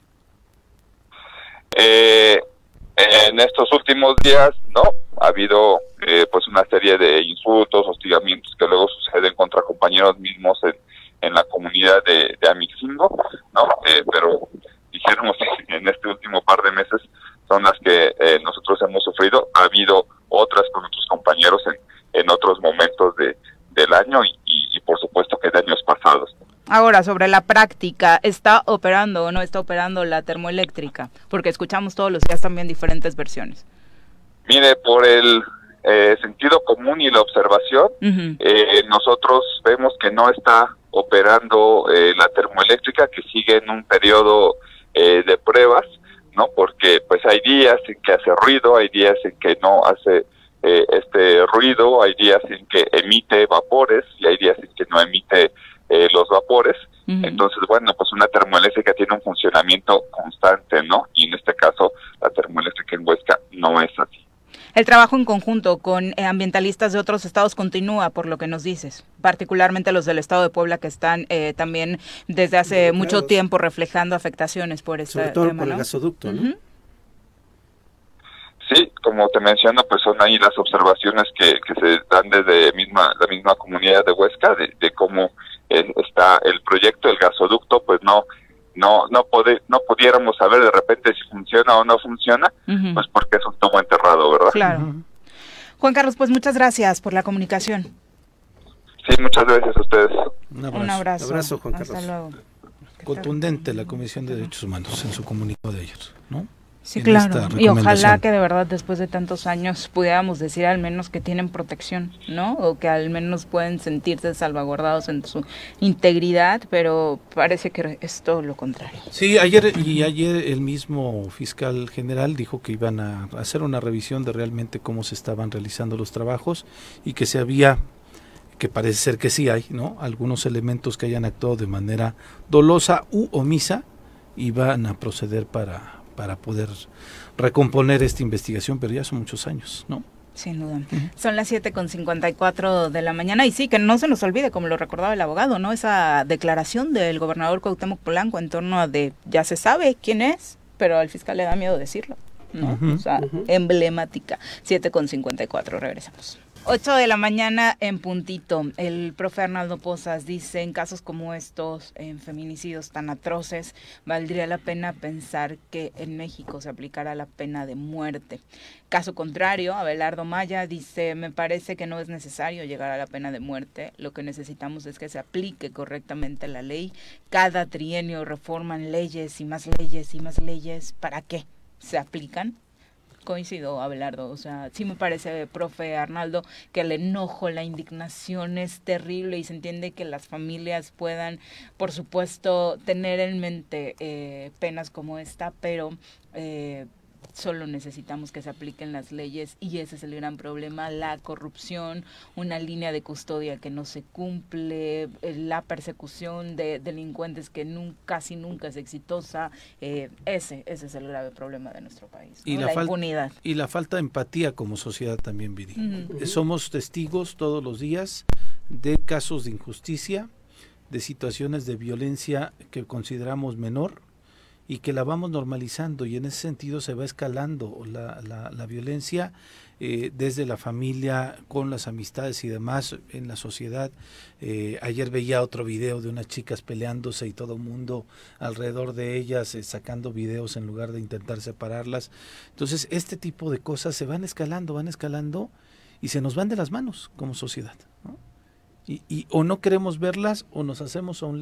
En estos últimos días, no, ha habido pues una serie de insultos, hostigamientos que luego suceden contra compañeros mismos en la comunidad de Amixingo, ¿no? Pero dijéramos en este último par de meses son las que nosotros hemos sufrido. Ha habido otras con otros compañeros en otros momentos del año y por supuesto que de años pasados. Ahora, sobre la práctica, ¿está operando o no está operando la termoeléctrica? Porque escuchamos todos los días también diferentes versiones. Mire, por el sentido común y la observación, nosotros vemos que no está operando la termoeléctrica, que sigue en un periodo de pruebas, ¿no? Porque pues hay días en que hace ruido, hay días en que no hace este ruido, hay días en que emite vapores y hay días en que no emite los vapores. Entonces, bueno, pues una termoeléctrica tiene un funcionamiento constante, ¿no? Y en este caso, la termoeléctrica en Huesca no es así. El trabajo en conjunto con ambientalistas de otros estados continúa, por lo que nos dices, particularmente los del estado de Puebla que están también desde hace mucho tiempo reflejando afectaciones por este tema. Sobre todo por el gasoducto, ¿no? Sí, como te menciono, pues son ahí las observaciones que se dan desde la misma comunidad de Huesca, de cómo está el proyecto, el gasoducto, pues no pudiéramos saber de repente si funciona o no funciona, pues porque es un tubo enterrado, ¿verdad? Claro. Juan Carlos, pues muchas gracias por la comunicación. Sí, muchas gracias a ustedes. Un abrazo. Un abrazo, Juan Carlos. Hasta luego. Contundente la Comisión de Derechos Humanos en su comunicado de ayer, ¿no? Sí, claro, y ojalá que de verdad después de tantos años pudiéramos decir al menos que tienen protección, ¿no? O que al menos pueden sentirse salvaguardados en su integridad, pero parece que es todo lo contrario. Sí, ayer el mismo fiscal general dijo que iban a hacer una revisión de realmente cómo se estaban realizando los trabajos y que que parece ser que sí hay, ¿no? Algunos elementos que hayan actuado de manera dolosa u omisa y van a proceder para poder recomponer esta investigación, pero ya son muchos años, ¿no? Sin duda. Son las 7:54 de la mañana y sí, que no se nos olvide, como lo recordaba el abogado, ¿no? Esa declaración del gobernador Cuauhtémoc Polanco en torno a ya se sabe quién es, pero al fiscal le da miedo decirlo, ¿no? O sea, emblemática. 7:54, regresamos. 8 de la mañana en puntito. El profe Arnaldo Pozas dice, en casos como estos, en feminicidios tan atroces, valdría la pena pensar que en México se aplicara la pena de muerte. Caso contrario, Abelardo Maya dice, me parece que no es necesario llegar a la pena de muerte. Lo que necesitamos es que se aplique correctamente la ley. Cada trienio reforman leyes y más leyes y más leyes. ¿Para qué se aplican? Coincido, Abelardo, o sea, sí me parece, profe Arnaldo, que el enojo, la indignación es terrible y se entiende que las familias puedan, por supuesto, tener en mente penas como esta, pero solo necesitamos que se apliquen las leyes y ese es el gran problema, la corrupción, una línea de custodia que no se cumple, la persecución de delincuentes que casi nunca es exitosa, ese es el grave problema de nuestro país, ¿no? Y la impunidad. Y la falta de empatía como sociedad también, Viri. Somos testigos todos los días de casos de injusticia, de situaciones de violencia que consideramos menor, y que la vamos normalizando y en ese sentido se va escalando la violencia desde la familia, con las amistades y demás en la sociedad. Ayer veía otro video de unas chicas peleándose y todo el mundo alrededor de ellas sacando videos en lugar de intentar separarlas. Entonces este tipo de cosas se van escalando y se nos van de las manos como sociedad, ¿no? Y o no queremos verlas o nos hacemos o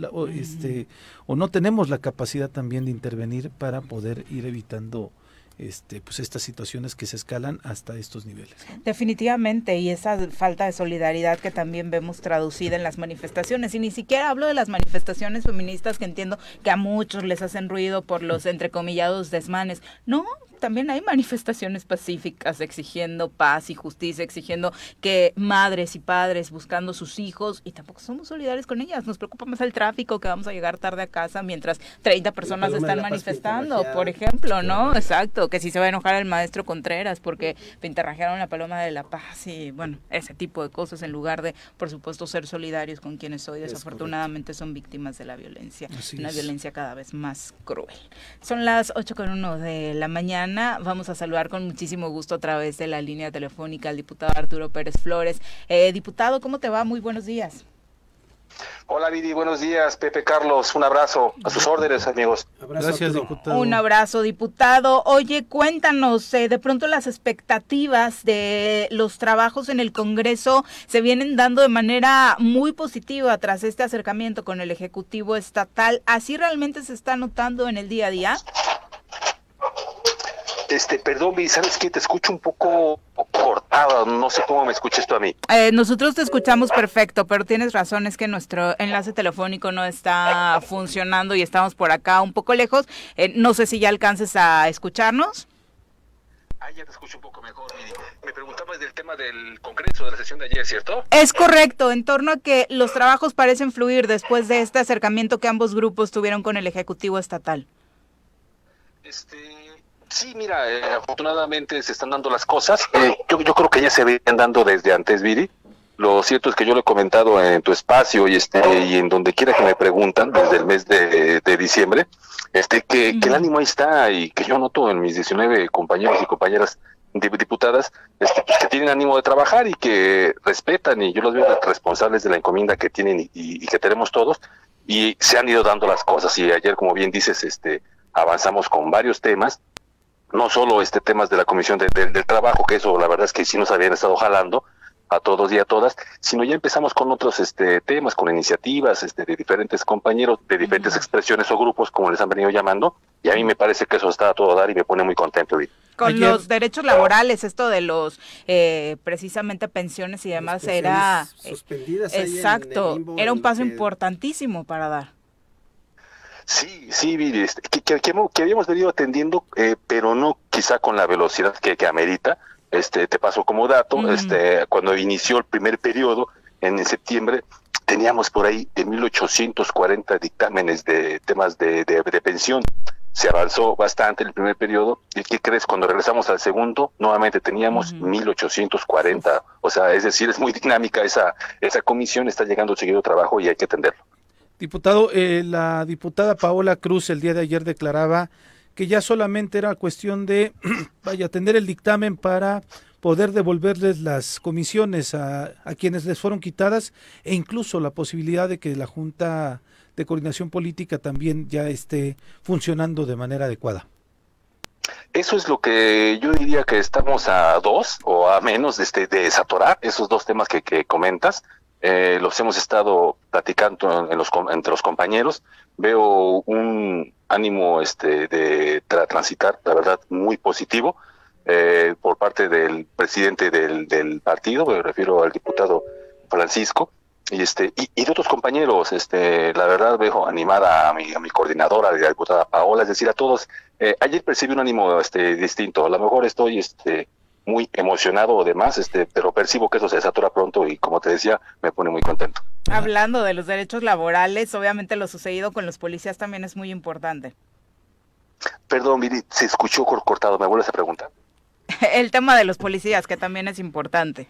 no tenemos la capacidad también de intervenir para poder ir evitando pues estas situaciones que se escalan hasta estos niveles, ¿no? Definitivamente, y esa falta de solidaridad que también vemos traducida en las manifestaciones, y ni siquiera hablo de las manifestaciones feministas que entiendo que a muchos les hacen ruido por los entrecomillados desmanes, no, también hay manifestaciones pacíficas exigiendo paz y justicia, exigiendo que madres y padres buscando sus hijos, y tampoco somos solidarios con ellas, nos preocupa más el tráfico, que vamos a llegar tarde a casa mientras 30 personas están manifestando, por ejemplo, ¿no? Exacto, que si se va a enojar el maestro Contreras porque pintarrajearon la paloma de la paz y bueno, ese tipo de cosas en lugar de, por supuesto, ser solidarios con quienes hoy desafortunadamente son víctimas de la violencia, violencia cada vez más cruel. Son las 8:01 de la mañana. Vamos a saludar con muchísimo gusto a través de la línea telefónica al diputado Arturo Pérez Flores. Diputado, ¿cómo te va? Muy buenos días. Hola, Viri, buenos días. Pepe Carlos, un abrazo. A sus órdenes, amigos. Gracias, diputado. Un abrazo, diputado. Oye, cuéntanos, de pronto las expectativas de los trabajos en el Congreso se vienen dando de manera muy positiva tras este acercamiento con el Ejecutivo Estatal. ¿Así realmente se está notando en el día a día? Perdón, Viri, ¿sabes qué? Te escucho un poco cortada, no sé cómo me escuchas tú a mí. Nosotros te escuchamos perfecto, pero tienes razón, es que nuestro enlace telefónico no está funcionando y estamos por acá un poco lejos. No sé si ya alcances a escucharnos. Ya te escucho un poco mejor, Viri. Me preguntabas del tema del Congreso, de la sesión de ayer, ¿cierto? Es correcto, en torno a que los trabajos parecen fluir después de este acercamiento que ambos grupos tuvieron con el Ejecutivo Estatal. Sí, mira, afortunadamente se están dando las cosas. Yo creo que ya se venían dando desde antes, Viri. Lo cierto es que yo lo he comentado en tu espacio y en donde quiera que me preguntan desde el mes de diciembre, que el ánimo ahí está y que yo noto en mis 19 compañeros y compañeras diputadas pues que tienen ánimo de trabajar y que respetan, y yo los veo responsables de la encomienda que tienen y que tenemos todos, y se han ido dando las cosas. Y ayer, como bien dices, avanzamos con varios temas, no solo temas de la Comisión del Trabajo, que eso la verdad es que sí nos habían estado jalando a todos y a todas, sino ya empezamos con otros temas, con iniciativas de diferentes compañeros, de diferentes expresiones o grupos, como les han venido llamando, y a mí me parece que eso está a todo dar y me pone muy contento. Con los derechos laborales, esto de los precisamente pensiones y demás era suspendidas. Exacto, era un paso importantísimo para dar. Sí, Viri, que habíamos venido atendiendo, pero no quizá con la velocidad que amerita. Te paso como dato, cuando inició el primer periodo, en septiembre, teníamos por ahí de 1,840 dictámenes de temas de pensión. Se avanzó bastante en el primer periodo, y ¿qué crees? Cuando regresamos al segundo, nuevamente teníamos 1,840, o sea, es decir, es muy dinámica esa comisión, está llegando seguido trabajo y hay que atenderlo. Diputado, la diputada Paola Cruz el día de ayer declaraba que ya solamente era cuestión de atender el dictamen para poder devolverles las comisiones a quienes les fueron quitadas, e incluso la posibilidad de que la Junta de Coordinación Política también ya esté funcionando de manera adecuada. Eso es lo que yo diría, que estamos a 2 o a menos de desatorar esos dos temas que comentas. Los hemos estado platicando entre los compañeros. Veo un ánimo de transitar, la verdad, muy positivo por parte del presidente del partido, me refiero al diputado Francisco, y de otros compañeros. La verdad, veo animada a mi coordinadora, la diputada Paola, es decir, a todos. Ayer percibí un ánimo distinto. A lo mejor estoy muy emocionado o demás, pero percibo que eso se desatora pronto y, como te decía, me pone muy contento. Hablando de los derechos laborales, obviamente lo sucedido con los policías también es muy importante. Perdón, Viri, se escuchó cortado, ¿me vuelves a preguntar? El tema de los policías, que también es importante.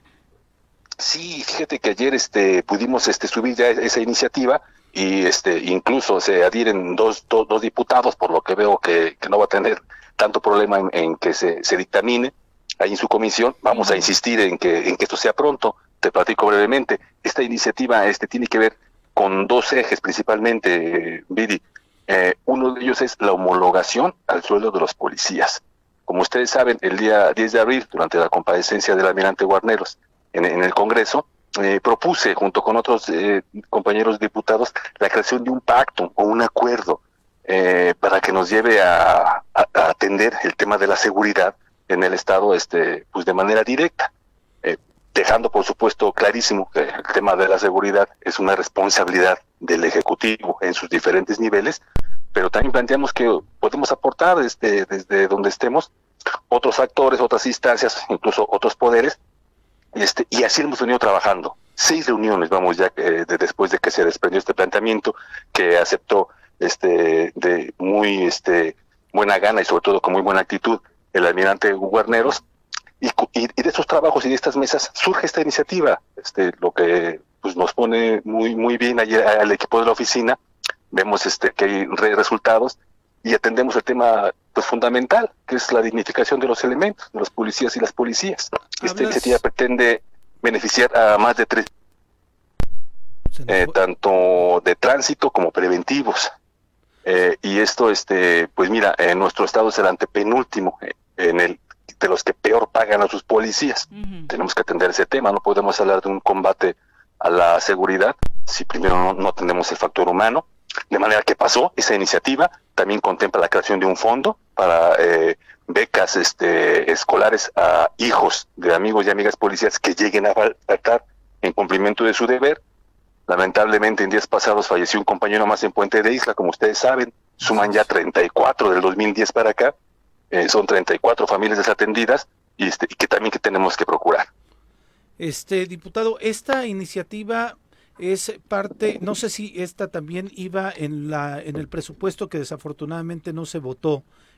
Sí, fíjate que ayer pudimos subir ya esa iniciativa y incluso se adhieren dos diputados, por lo que veo que no va a tener tanto problema en que se dictamine ahí en su comisión. Vamos a insistir en que esto sea pronto. Te platico brevemente. Esta iniciativa tiene que ver con dos ejes principalmente, Viri. Uno de ellos es la homologación al sueldo de los policías. Como ustedes saben, el día 10 de abril, durante la comparecencia del almirante Guarneros en el Congreso, propuse, junto con otros compañeros diputados, la creación de un pacto o un acuerdo para que nos lleve a atender el tema de la seguridad en el Estado pues de manera directa, dejando por supuesto clarísimo que el tema de la seguridad es una responsabilidad del Ejecutivo en sus diferentes niveles, pero también planteamos que podemos aportar desde donde estemos otros actores, otras instancias, incluso otros poderes, y así hemos venido trabajando. 6 reuniones vamos ya después de que se desprendió este planteamiento, que aceptó de muy buena gana y sobre todo con muy buena actitud el almirante Guarneros, y de estos trabajos y de estas mesas surge esta iniciativa, lo que pues nos pone muy bien ayer al equipo de la oficina. Vemos que hay resultados y atendemos el tema pues fundamental, que es la dignificación de los elementos, de los policías y las policías. Esta iniciativa pretende beneficiar a más de 3, tanto de tránsito como preventivos. Y esto, pues mira, nuestro estado es el antepenúltimo de los que peor pagan a sus policías. Tenemos que atender ese tema. No podemos hablar de un combate a la seguridad si primero no atendemos el factor humano. De manera que pasó esa iniciativa. También contempla la creación de un fondo para becas escolares a hijos de amigos y amigas policías que lleguen a faltar en cumplimiento de su deber. Lamentablemente en días pasados falleció un compañero más en Puente de Isla, como ustedes saben. Suman ya 34 del 2010 para acá. Son 34 familias desatendidas y que también que tenemos que procurar. Diputado, esta iniciativa es parte, no sé si esta también iba en el presupuesto que desafortunadamente no se votó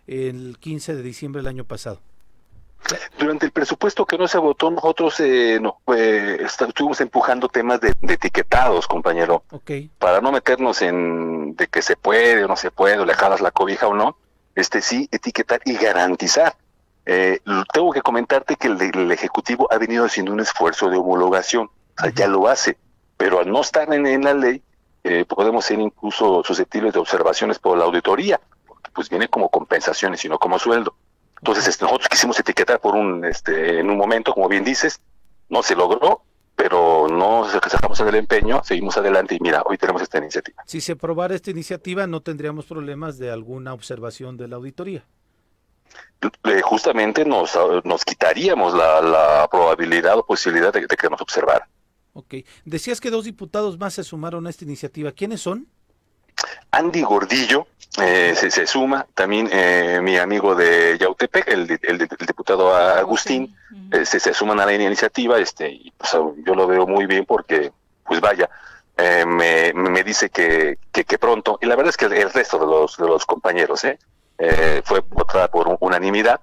el 15 de diciembre del año pasado. Durante el presupuesto que no se votó, nosotros estuvimos empujando temas de etiquetados, compañero, para no meternos en de que se puede o no se puede, o le jalas la cobija o no, sí, etiquetar y garantizar. Tengo que comentarte que el Ejecutivo ha venido haciendo un esfuerzo de homologación, o sea, ya lo hace, pero al no estar en la ley, podemos ser incluso susceptibles de observaciones por la auditoría, porque pues viene como compensaciones y no como sueldo. Entonces nosotros quisimos etiquetar en un momento, como bien dices, no se logró, pero no sacamos el empeño, seguimos adelante y mira, hoy tenemos esta iniciativa. Si se aprobara esta iniciativa, no tendríamos problemas de alguna observación de la auditoría. Justamente nos quitaríamos la probabilidad o posibilidad de que nos observara. Ok. Decías que 2 diputados más se sumaron a esta iniciativa. ¿Quiénes son? Andy Gordillo se suma, también mi amigo de Yautepec, el diputado Agustín, se suman a la iniciativa, y pues yo lo veo muy bien porque, pues vaya, me dice que pronto, y la verdad es que el resto de los compañeros fue votada por unanimidad,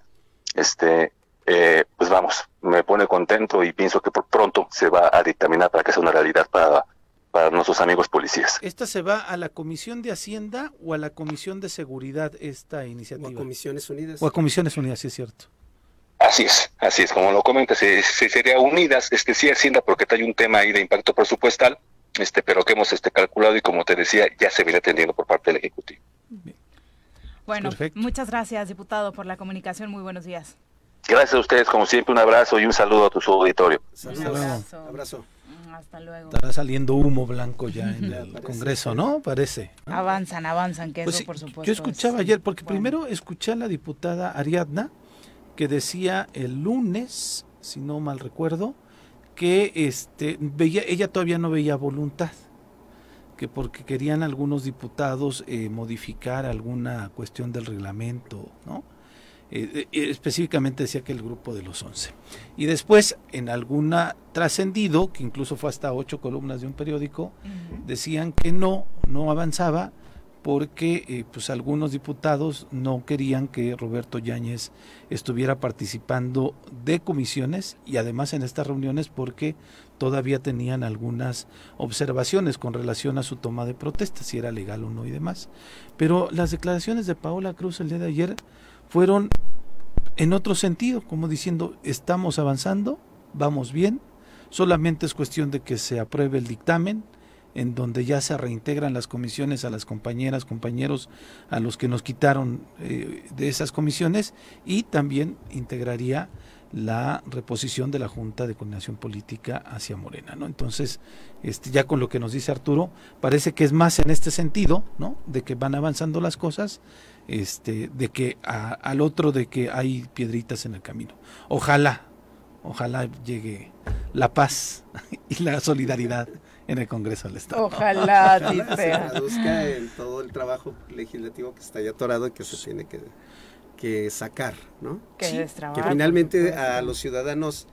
pues vamos, me pone contento y pienso que por pronto se va a dictaminar para que sea una realidad para nuestros amigos policías. ¿Esta se va a la Comisión de Hacienda o a la Comisión de Seguridad, esta iniciativa? O a Comisiones Unidas. O a Comisiones Unidas, sí es cierto. Así es, como lo comentas, sería unidas, sí Hacienda, porque hay un tema ahí de impacto presupuestal, pero que hemos calculado y como te decía, ya se viene atendiendo por parte del Ejecutivo. Bien. Bueno, perfecto. Muchas gracias, diputado, por la comunicación. Muy buenos días. Gracias a ustedes, como siempre, un abrazo y un saludo a tu auditorio. Saludos. Abrazo. Hasta luego. Estará saliendo humo blanco ya en el Congreso, ¿no? Parece. ¿No? Avanzan, que pues eso sí, por supuesto. Yo escuchaba ayer, porque primero escuché a la diputada Ariadna, que decía el lunes, si no mal recuerdo, que ella todavía no veía voluntad, que porque querían algunos diputados modificar alguna cuestión del reglamento, ¿no? Específicamente decía que el grupo de los 11. Y después, en alguna trascendido, que incluso fue hasta 8 columnas de un periódico, decían que no avanzaba porque pues algunos diputados no querían que Roberto Yáñez estuviera participando de comisiones y además en estas reuniones porque todavía tenían algunas observaciones con relación a su toma de protesta, si era legal o no y demás. Pero las declaraciones de Paola Cruz el día de ayer fueron en otro sentido, como diciendo, estamos avanzando, vamos bien, solamente es cuestión de que se apruebe el dictamen, en donde ya se reintegran las comisiones a las compañeras, compañeros, a los que nos quitaron de esas comisiones, y también integraría la reposición de la Junta de Coordinación Política hacia Morena, ¿no? Entonces, ya con lo que nos dice Arturo, parece que es más en este sentido, ¿no? De que van avanzando las cosas, de que al otro de que hay piedritas en el camino. Ojalá llegue la paz y la solidaridad en el Congreso del Estado. Ojalá se traduzca en todo el trabajo legislativo que está ya atorado y que se tiene que sacar, ¿no? Que finalmente a los ciudadanos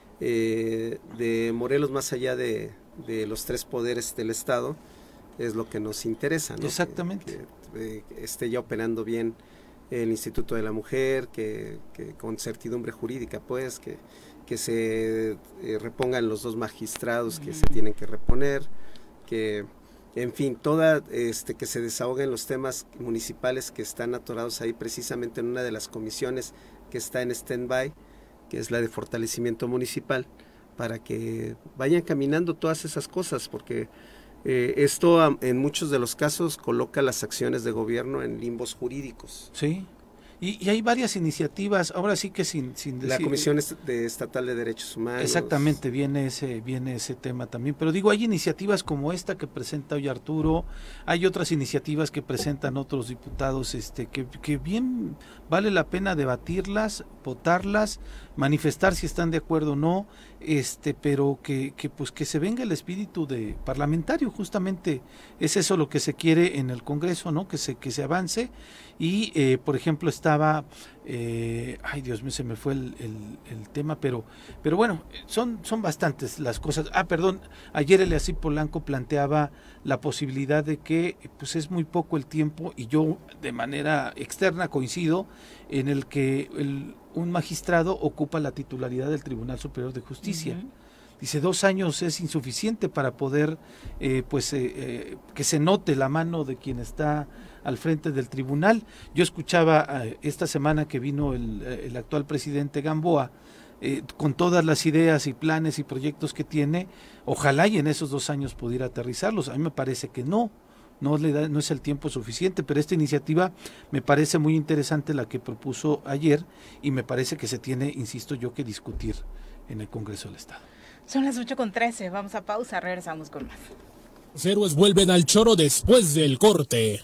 de Morelos, más allá de los 3 poderes del Estado, es lo que nos interesa, ¿no? Exactamente. Que esté ya operando bien el Instituto de la Mujer, que con certidumbre jurídica, pues, que se repongan los 2 magistrados que se tienen que reponer, que, en fin, que se desahoguen los temas municipales que están atorados ahí precisamente en una de las comisiones que está en stand-by, que es la de fortalecimiento municipal, para que vayan caminando todas esas cosas, porque esto en muchos de los casos coloca las acciones de gobierno en limbos jurídicos. Sí. Y hay varias iniciativas, ahora sí que sin decir... La Comisión Estatal de Derechos Humanos. Exactamente, viene ese tema también, pero digo, hay iniciativas como esta que presenta hoy Arturo, hay otras iniciativas que presentan otros diputados, que bien vale la pena debatirlas, votarlas, manifestar si están de acuerdo o no, pero que se venga el espíritu de parlamentario, justamente es eso lo que se quiere en el Congreso, ¿no? Que se avance y por ejemplo está estaba, ay Dios mío, se me fue el tema, pero bueno, son bastantes las cosas. Perdón, ayer Eliasib Polanco planteaba la posibilidad de que pues es muy poco el tiempo, y yo de manera externa coincido en el que un magistrado ocupa la titularidad del Tribunal Superior de Justicia. Uh-huh. Dice, 2 años es insuficiente para poder que se note la mano de quien está al frente del tribunal. Yo escuchaba esta semana que vino el actual presidente Gamboa, con todas las ideas y planes y proyectos que tiene, ojalá y en esos 2 años pudiera aterrizarlos. A mí me parece que no es el tiempo suficiente, pero esta iniciativa me parece muy interesante, la que propuso ayer, y me parece que se tiene, insisto yo, que discutir en el Congreso del Estado. Son las 8:13, vamos a pausa, regresamos con más. Los héroes vuelven al choro después del corte.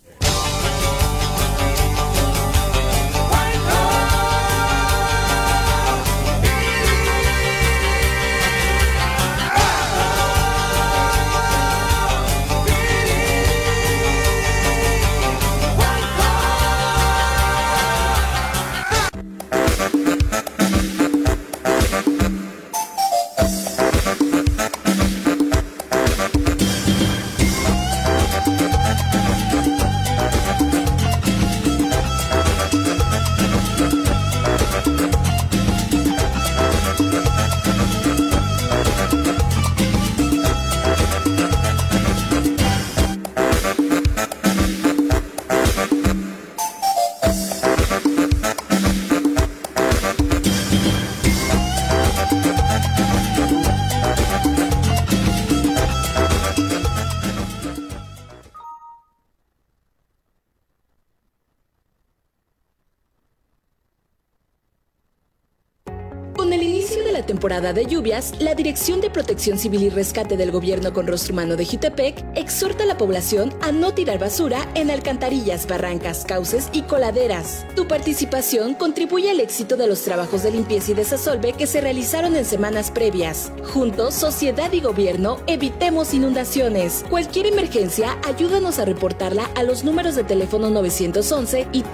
Temporada de lluvias, la Dirección de Protección Civil y Rescate del Gobierno con Rostro Humano de Jutepec exhorta a la población a no tirar basura en alcantarillas, barrancas, cauces y coladeras. Tu participación contribuye al éxito de los trabajos de limpieza y desasolve que se realizaron en semanas previas. Juntos, sociedad y gobierno, evitemos inundaciones. Cualquier emergencia, ayúdanos a reportarla a los números de teléfono 911 y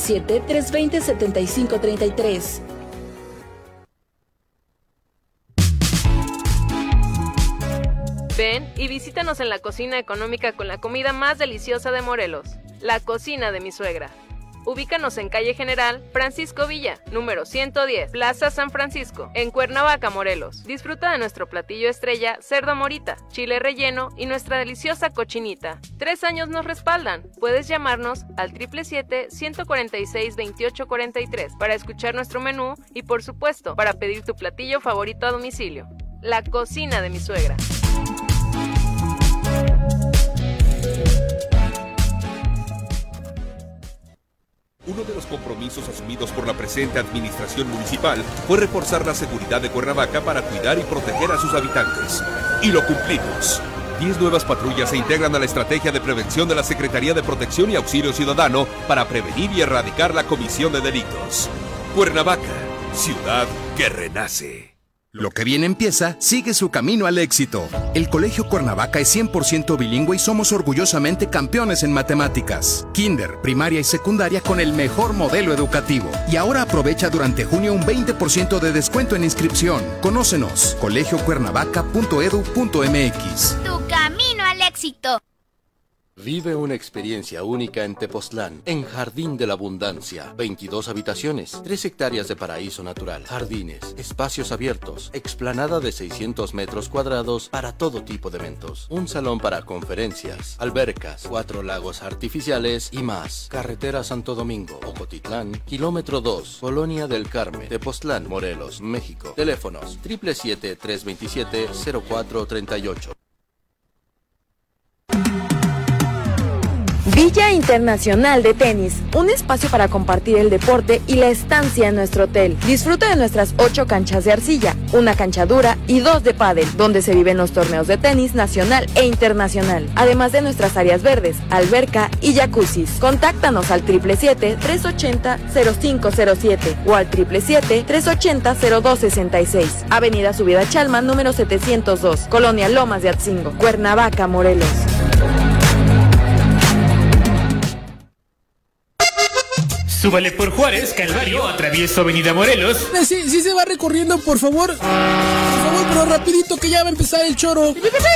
777-320-7533. Ven y visítanos en la cocina económica con la comida más deliciosa de Morelos, la cocina de mi suegra. Ubícanos en calle General Francisco Villa, número 110, Plaza San Francisco, en Cuernavaca, Morelos. Disfruta de nuestro platillo estrella, cerdo morita, chile relleno y nuestra deliciosa cochinita. 3 años nos respaldan. Puedes llamarnos al 777-146-2843 para escuchar nuestro menú y, por supuesto, para pedir tu platillo favorito a domicilio. La cocina de mi suegra. Uno de los compromisos asumidos por la presente administración municipal fue reforzar la seguridad de Cuernavaca para cuidar y proteger a sus habitantes. Y lo cumplimos. 10 nuevas patrullas se integran a la estrategia de prevención de la Secretaría de Protección y Auxilio Ciudadano para prevenir y erradicar la comisión de delitos. Cuernavaca, ciudad que renace. Lo que bien empieza, sigue su camino al éxito. El Colegio Cuernavaca es 100% bilingüe y somos orgullosamente campeones en matemáticas. Kinder, primaria y secundaria con el mejor modelo educativo. Y ahora aprovecha durante junio un 20% de descuento en inscripción. Conócenos, colegiocuernavaca.edu.mx. Tu camino al éxito. Vive una experiencia única en Tepoztlán, en Jardín de la Abundancia. 22 habitaciones, 3 hectáreas de paraíso natural, jardines, espacios abiertos, explanada de 600 metros cuadrados para todo tipo de eventos, un salón para conferencias, albercas, 4 lagos artificiales y más. Carretera Santo Domingo, Ocotitlán, kilómetro 2, Colonia del Carmen, Tepoztlán, Morelos, México. Teléfonos 777-327-0438. Villa Internacional de Tenis, un espacio para compartir el deporte y la estancia en nuestro hotel. Disfruta de nuestras 8 canchas de arcilla, 1 cancha dura y 2 de pádel, donde se viven los torneos de tenis nacional e internacional, además de nuestras áreas verdes, alberca y jacuzzis. Contáctanos al 777-380-0507 o al 777-380-0266. Avenida Subida Chalman, número 702, Colonia Lomas de Atzingo, Cuernavaca, Súbale por Juárez, Calvario, atravieso Avenida Morelos. Sí se va recorriendo, por favor. Por favor, pero rapidito que ya va a empezar el choro.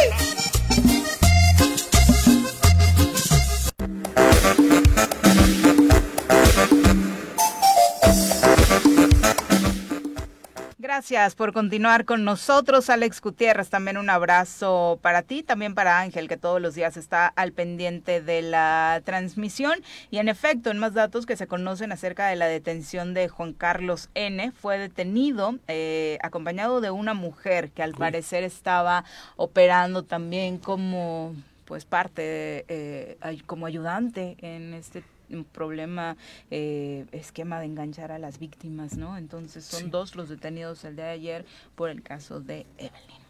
Gracias por continuar con nosotros, Alex Gutiérrez. También un abrazo para ti, también para Ángel, que todos los días está al pendiente de la transmisión. Y en efecto, en más datos que se conocen acerca de la detención de Juan Carlos N., fue detenido acompañado de una mujer que al parecer estaba operando también como pues parte, como ayudante en este problema, esquema de enganchar a las víctimas, ¿no? Entonces son dos los detenidos el día de ayer por el caso de Evelyn.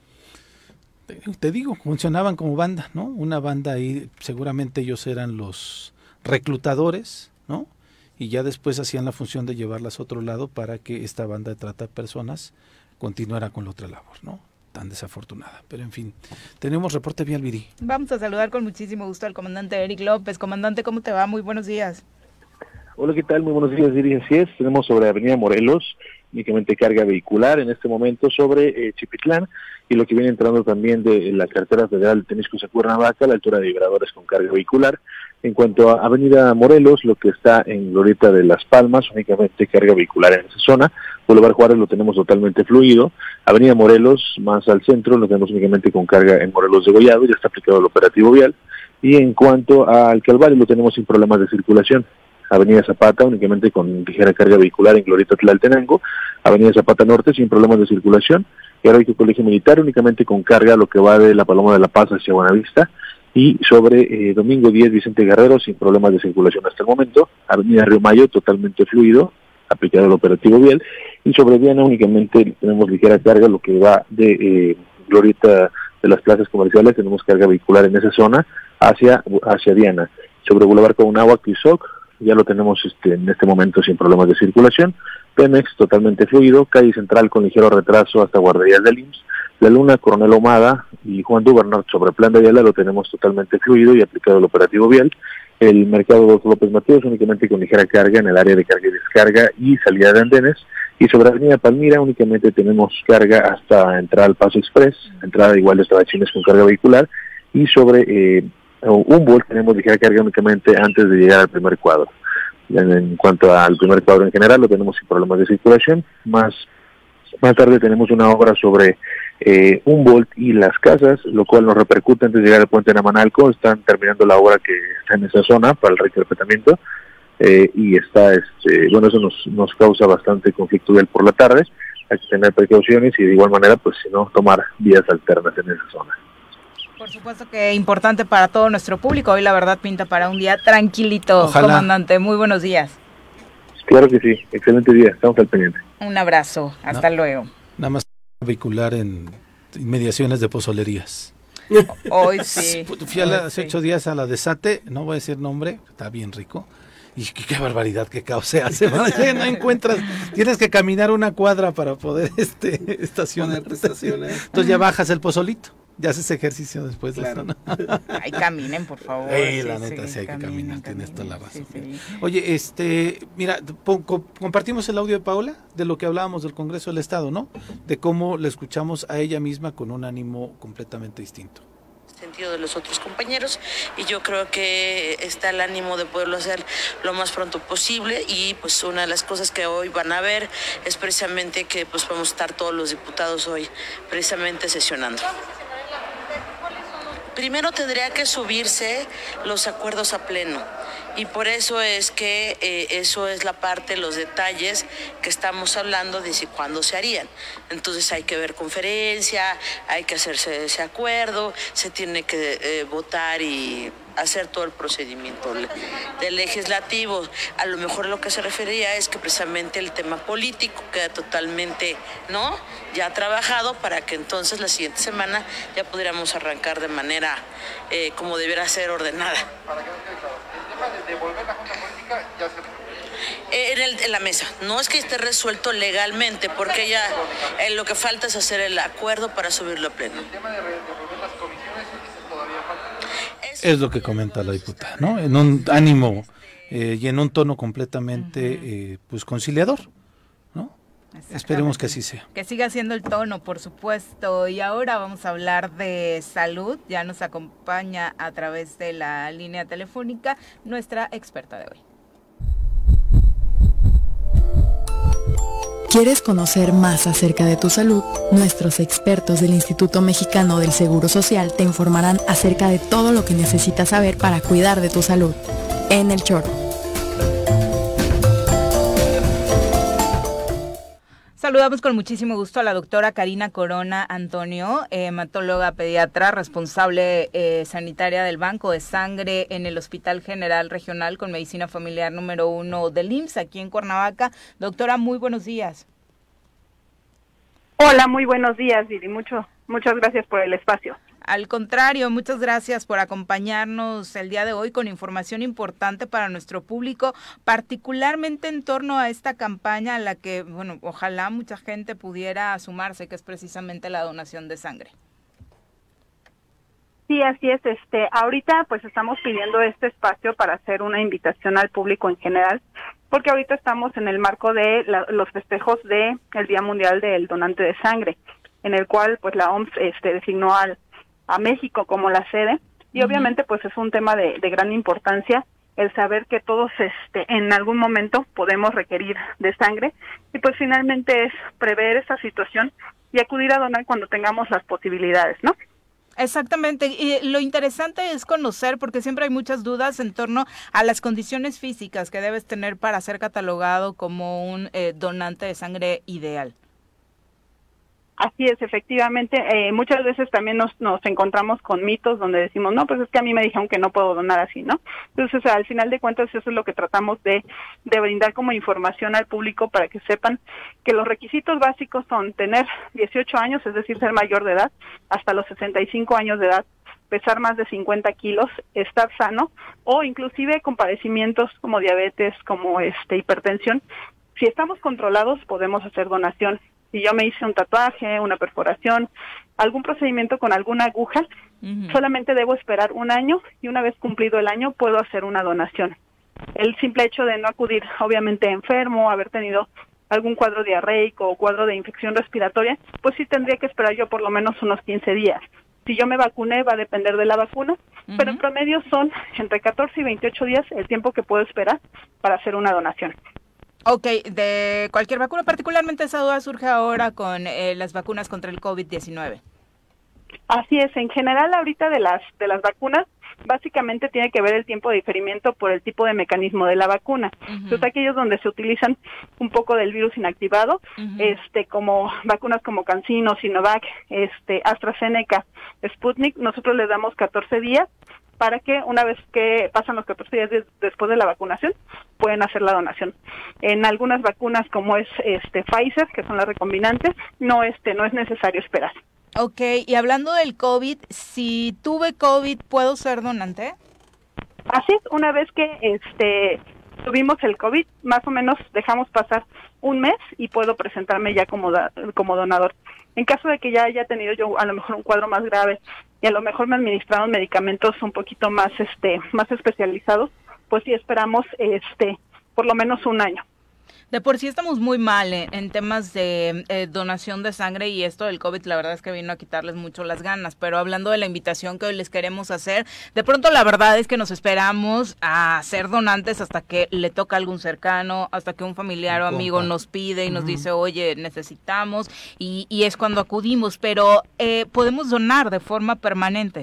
Te digo, funcionaban como banda, ¿no? Una banda ahí, seguramente ellos eran los reclutadores, ¿no? Y ya después hacían la función de llevarlas a otro lado para que esta banda de trata de personas continuara con la otra labor, ¿no? Tan desafortunada, pero en fin, tenemos reporte vial, Viri. Vamos a saludar con muchísimo gusto al comandante Eric López. Comandante, ¿cómo te va? Muy buenos días. Hola, ¿qué tal? Muy buenos días, Viri. Así es, tenemos sobre Avenida Morelos, únicamente carga vehicular en este momento sobre Chipitlán, y lo que viene entrando también de la carretera federal Temisco-Cuernavaca, a la altura de Vibradores con carga vehicular. En cuanto a Avenida Morelos, lo que está en Glorieta de Las Palmas, únicamente carga vehicular en esa zona. Boulevard Juárez lo tenemos totalmente fluido. Avenida Morelos, más al centro, lo tenemos únicamente con carga en Morelos de Gollado, ya está aplicado el operativo vial. Y en cuanto al Calvario, lo tenemos sin problemas de circulación. Avenida Zapata, únicamente con ligera carga vehicular en Glorieta Tlaltenango. Avenida Zapata Norte, sin problemas de circulación. Heroico Colegio Militar, únicamente con carga lo que va de la Paloma de la Paz hacia Buenavista. Y sobre Domingo 10, Vicente Guerrero, sin problemas de circulación hasta el momento. Avenida Río Mayo, totalmente fluido, aplicado el operativo vial. Y sobre Diana únicamente tenemos ligera carga, lo que va de Glorieta de las plazas comerciales, tenemos carga vehicular en esa zona hacia Diana. Sobre Boulevard Comunagua, Tizoc, ya lo tenemos en este momento sin problemas de circulación. Pemex, totalmente fluido. Calle Central con ligero retraso hasta Guarderías del IMSS. La Luna, Coronel Ahumada y Juan Dubernard sobre Plan de Ayala lo tenemos totalmente fluido y aplicado el operativo vial. El Mercado Adolfo López Mateos únicamente con ligera carga en el área de carga y descarga y salida de andenes. Y sobre Avenida Palmira únicamente tenemos carga hasta entrar al Paso Express, entrada igual de Estabachines con carga vehicular. Y sobre Humboldt tenemos ligera carga únicamente antes de llegar al primer cuadro. En cuanto al primer cuadro en general, lo tenemos sin problemas de circulación. Más tarde tenemos una obra sobre Humboldt y Las Casas, lo cual nos repercute antes de llegar al puente de Namanalco. Están terminando la obra que está en esa zona para el recarpetamiento, y está, eso nos causa bastante conflicto vial por la tarde. Hay que tener precauciones y de igual manera, pues si no, tomar vías alternas en esa zona. Por supuesto que importante para todo nuestro público. Hoy la verdad pinta para un día tranquilito. Ojalá. Comandante, muy buenos días. Claro que sí, excelente día, estamos al pendiente. Un abrazo, hasta luego. Nada más vehicular en inmediaciones de pozolerías. Hoy sí. Fui hace 8 días a la Desate, no voy a decir nombre, está bien rico. Y qué barbaridad, qué caos se hace, no encuentras, tienes que caminar una cuadra para poder estacionar. Entonces ya bajas el pozolito. Ya haces ejercicio después de esto, ¿no? Ay, caminen, por favor. La neta, sí hay que caminar, tienes toda la razón. Sí. Oye, mira, compartimos el audio de Paola, de lo que hablábamos del Congreso del Estado, ¿no? De cómo la escuchamos a ella misma con un ánimo completamente distinto. Sentido de los otros compañeros, y yo creo que está el ánimo de poderlo hacer lo más pronto posible. Y pues una de las cosas que hoy van a ver es precisamente que pues vamos a estar todos los diputados hoy precisamente sesionando. Primero tendría que subirse los acuerdos a pleno, y por eso es que eso es la parte, los detalles que estamos hablando de si cuándo se harían. Entonces hay que ver conferencia, hay que hacerse ese acuerdo, se tiene que votar y hacer todo el procedimiento del legislativo. A lo mejor lo que se refería es que precisamente el tema político queda totalmente, ¿no?, ya trabajado, para que entonces la siguiente semana ya pudiéramos arrancar de manera como debiera ser, ordenada. Para que no quede claro, el tema de devolver la junta política ya se... en la mesa, no es que esté resuelto legalmente, porque ya lo que falta es hacer el acuerdo para subirlo a pleno. El tema de devolver las comisiones, ¿eso todavía falta? Es lo que comenta la diputada, ¿no? En un ánimo y en un tono completamente pues conciliador, ¿no? Esperemos que así sea. Que siga siendo el tono, por supuesto. Y ahora vamos a hablar de salud. Ya nos acompaña a través de la línea telefónica nuestra experta de hoy. ¿Quieres conocer más acerca de tu salud? Nuestros expertos del Instituto Mexicano del Seguro Social te informarán acerca de todo lo que necesitas saber para cuidar de tu salud. En El Choro. Saludamos con muchísimo gusto a la doctora Karina Corona Antonio, hematóloga pediatra, responsable sanitaria del Banco de Sangre en el Hospital General Regional con Medicina Familiar número 1 del IMSS, aquí en Cuernavaca. Doctora, muy buenos días. Hola, muy buenos días, Viri. Muchas gracias por el espacio. Al contrario, muchas gracias por acompañarnos el día de hoy con información importante para nuestro público, particularmente en torno a esta campaña a la que, bueno, ojalá mucha gente pudiera sumarse, que es precisamente la donación de sangre. Sí, así es. Ahorita pues estamos pidiendo este espacio para hacer una invitación al público en general, porque ahorita estamos en el marco de los festejos del Día Mundial del Donante de Sangre, en el cual pues la OMS designó a México como la sede, y obviamente pues es un tema de gran importancia el saber que todos en algún momento podemos requerir de sangre, y pues finalmente es prever esa situación y acudir a donar cuando tengamos las posibilidades, ¿no? Exactamente, y lo interesante es conocer, porque siempre hay muchas dudas en torno a las condiciones físicas que debes tener para ser catalogado como un donante de sangre ideal. Así es, efectivamente, muchas veces también nos encontramos con mitos donde decimos, no, pues es que a mí me dijeron que no puedo donar así, ¿no? Entonces, al final de cuentas, eso es lo que tratamos de brindar como información al público para que sepan que los requisitos básicos son tener 18 años, es decir, ser mayor de edad, hasta los 65 años de edad, pesar más de 50 kilos, estar sano, o inclusive con padecimientos como diabetes, como hipertensión. Si estamos controlados, podemos hacer donación. Si yo me hice un tatuaje, una perforación, algún procedimiento con alguna aguja, solamente debo esperar un año, y una vez cumplido el año puedo hacer una donación. El simple hecho de no acudir, obviamente enfermo, haber tenido algún cuadro diarreico o cuadro de infección respiratoria, pues sí tendría que esperar yo por lo menos unos 15 días. Si yo me vacuné, va a depender de la vacuna, pero en promedio son entre 14 y 28 días el tiempo que puedo esperar para hacer una donación. Ok, de cualquier vacuna, particularmente esa duda surge ahora con las vacunas contra el COVID-19. Así es, en general ahorita de las vacunas, básicamente tiene que ver el tiempo de diferimiento por el tipo de mecanismo de la vacuna. Entonces aquellos donde se utilizan un poco del virus inactivado, como vacunas como CanSino, Sinovac, AstraZeneca, Sputnik, nosotros les damos 14 días para que una vez que pasan los 14 días después de la vacunación, pueden hacer la donación. En algunas vacunas como es Pfizer, que son las recombinantes, no es necesario esperar. Ok, y hablando del COVID, si tuve COVID, ¿puedo ser donante? Así es, una vez que tuvimos el COVID, más o menos dejamos pasar un mes y puedo presentarme ya como donador. En caso de que ya haya tenido yo a lo mejor un cuadro más grave y a lo mejor me administraron medicamentos un poquito más especializados, pues sí esperamos por lo menos un año. De por sí estamos muy mal en temas de donación de sangre, y esto del COVID la verdad es que vino a quitarles mucho las ganas, pero hablando de la invitación que hoy les queremos hacer, de pronto la verdad es que nos esperamos a ser donantes hasta que le toca a algún cercano, hasta que un familiar o amigo nos pide y nos dice, oye, necesitamos, y es cuando acudimos, pero podemos donar de forma permanente.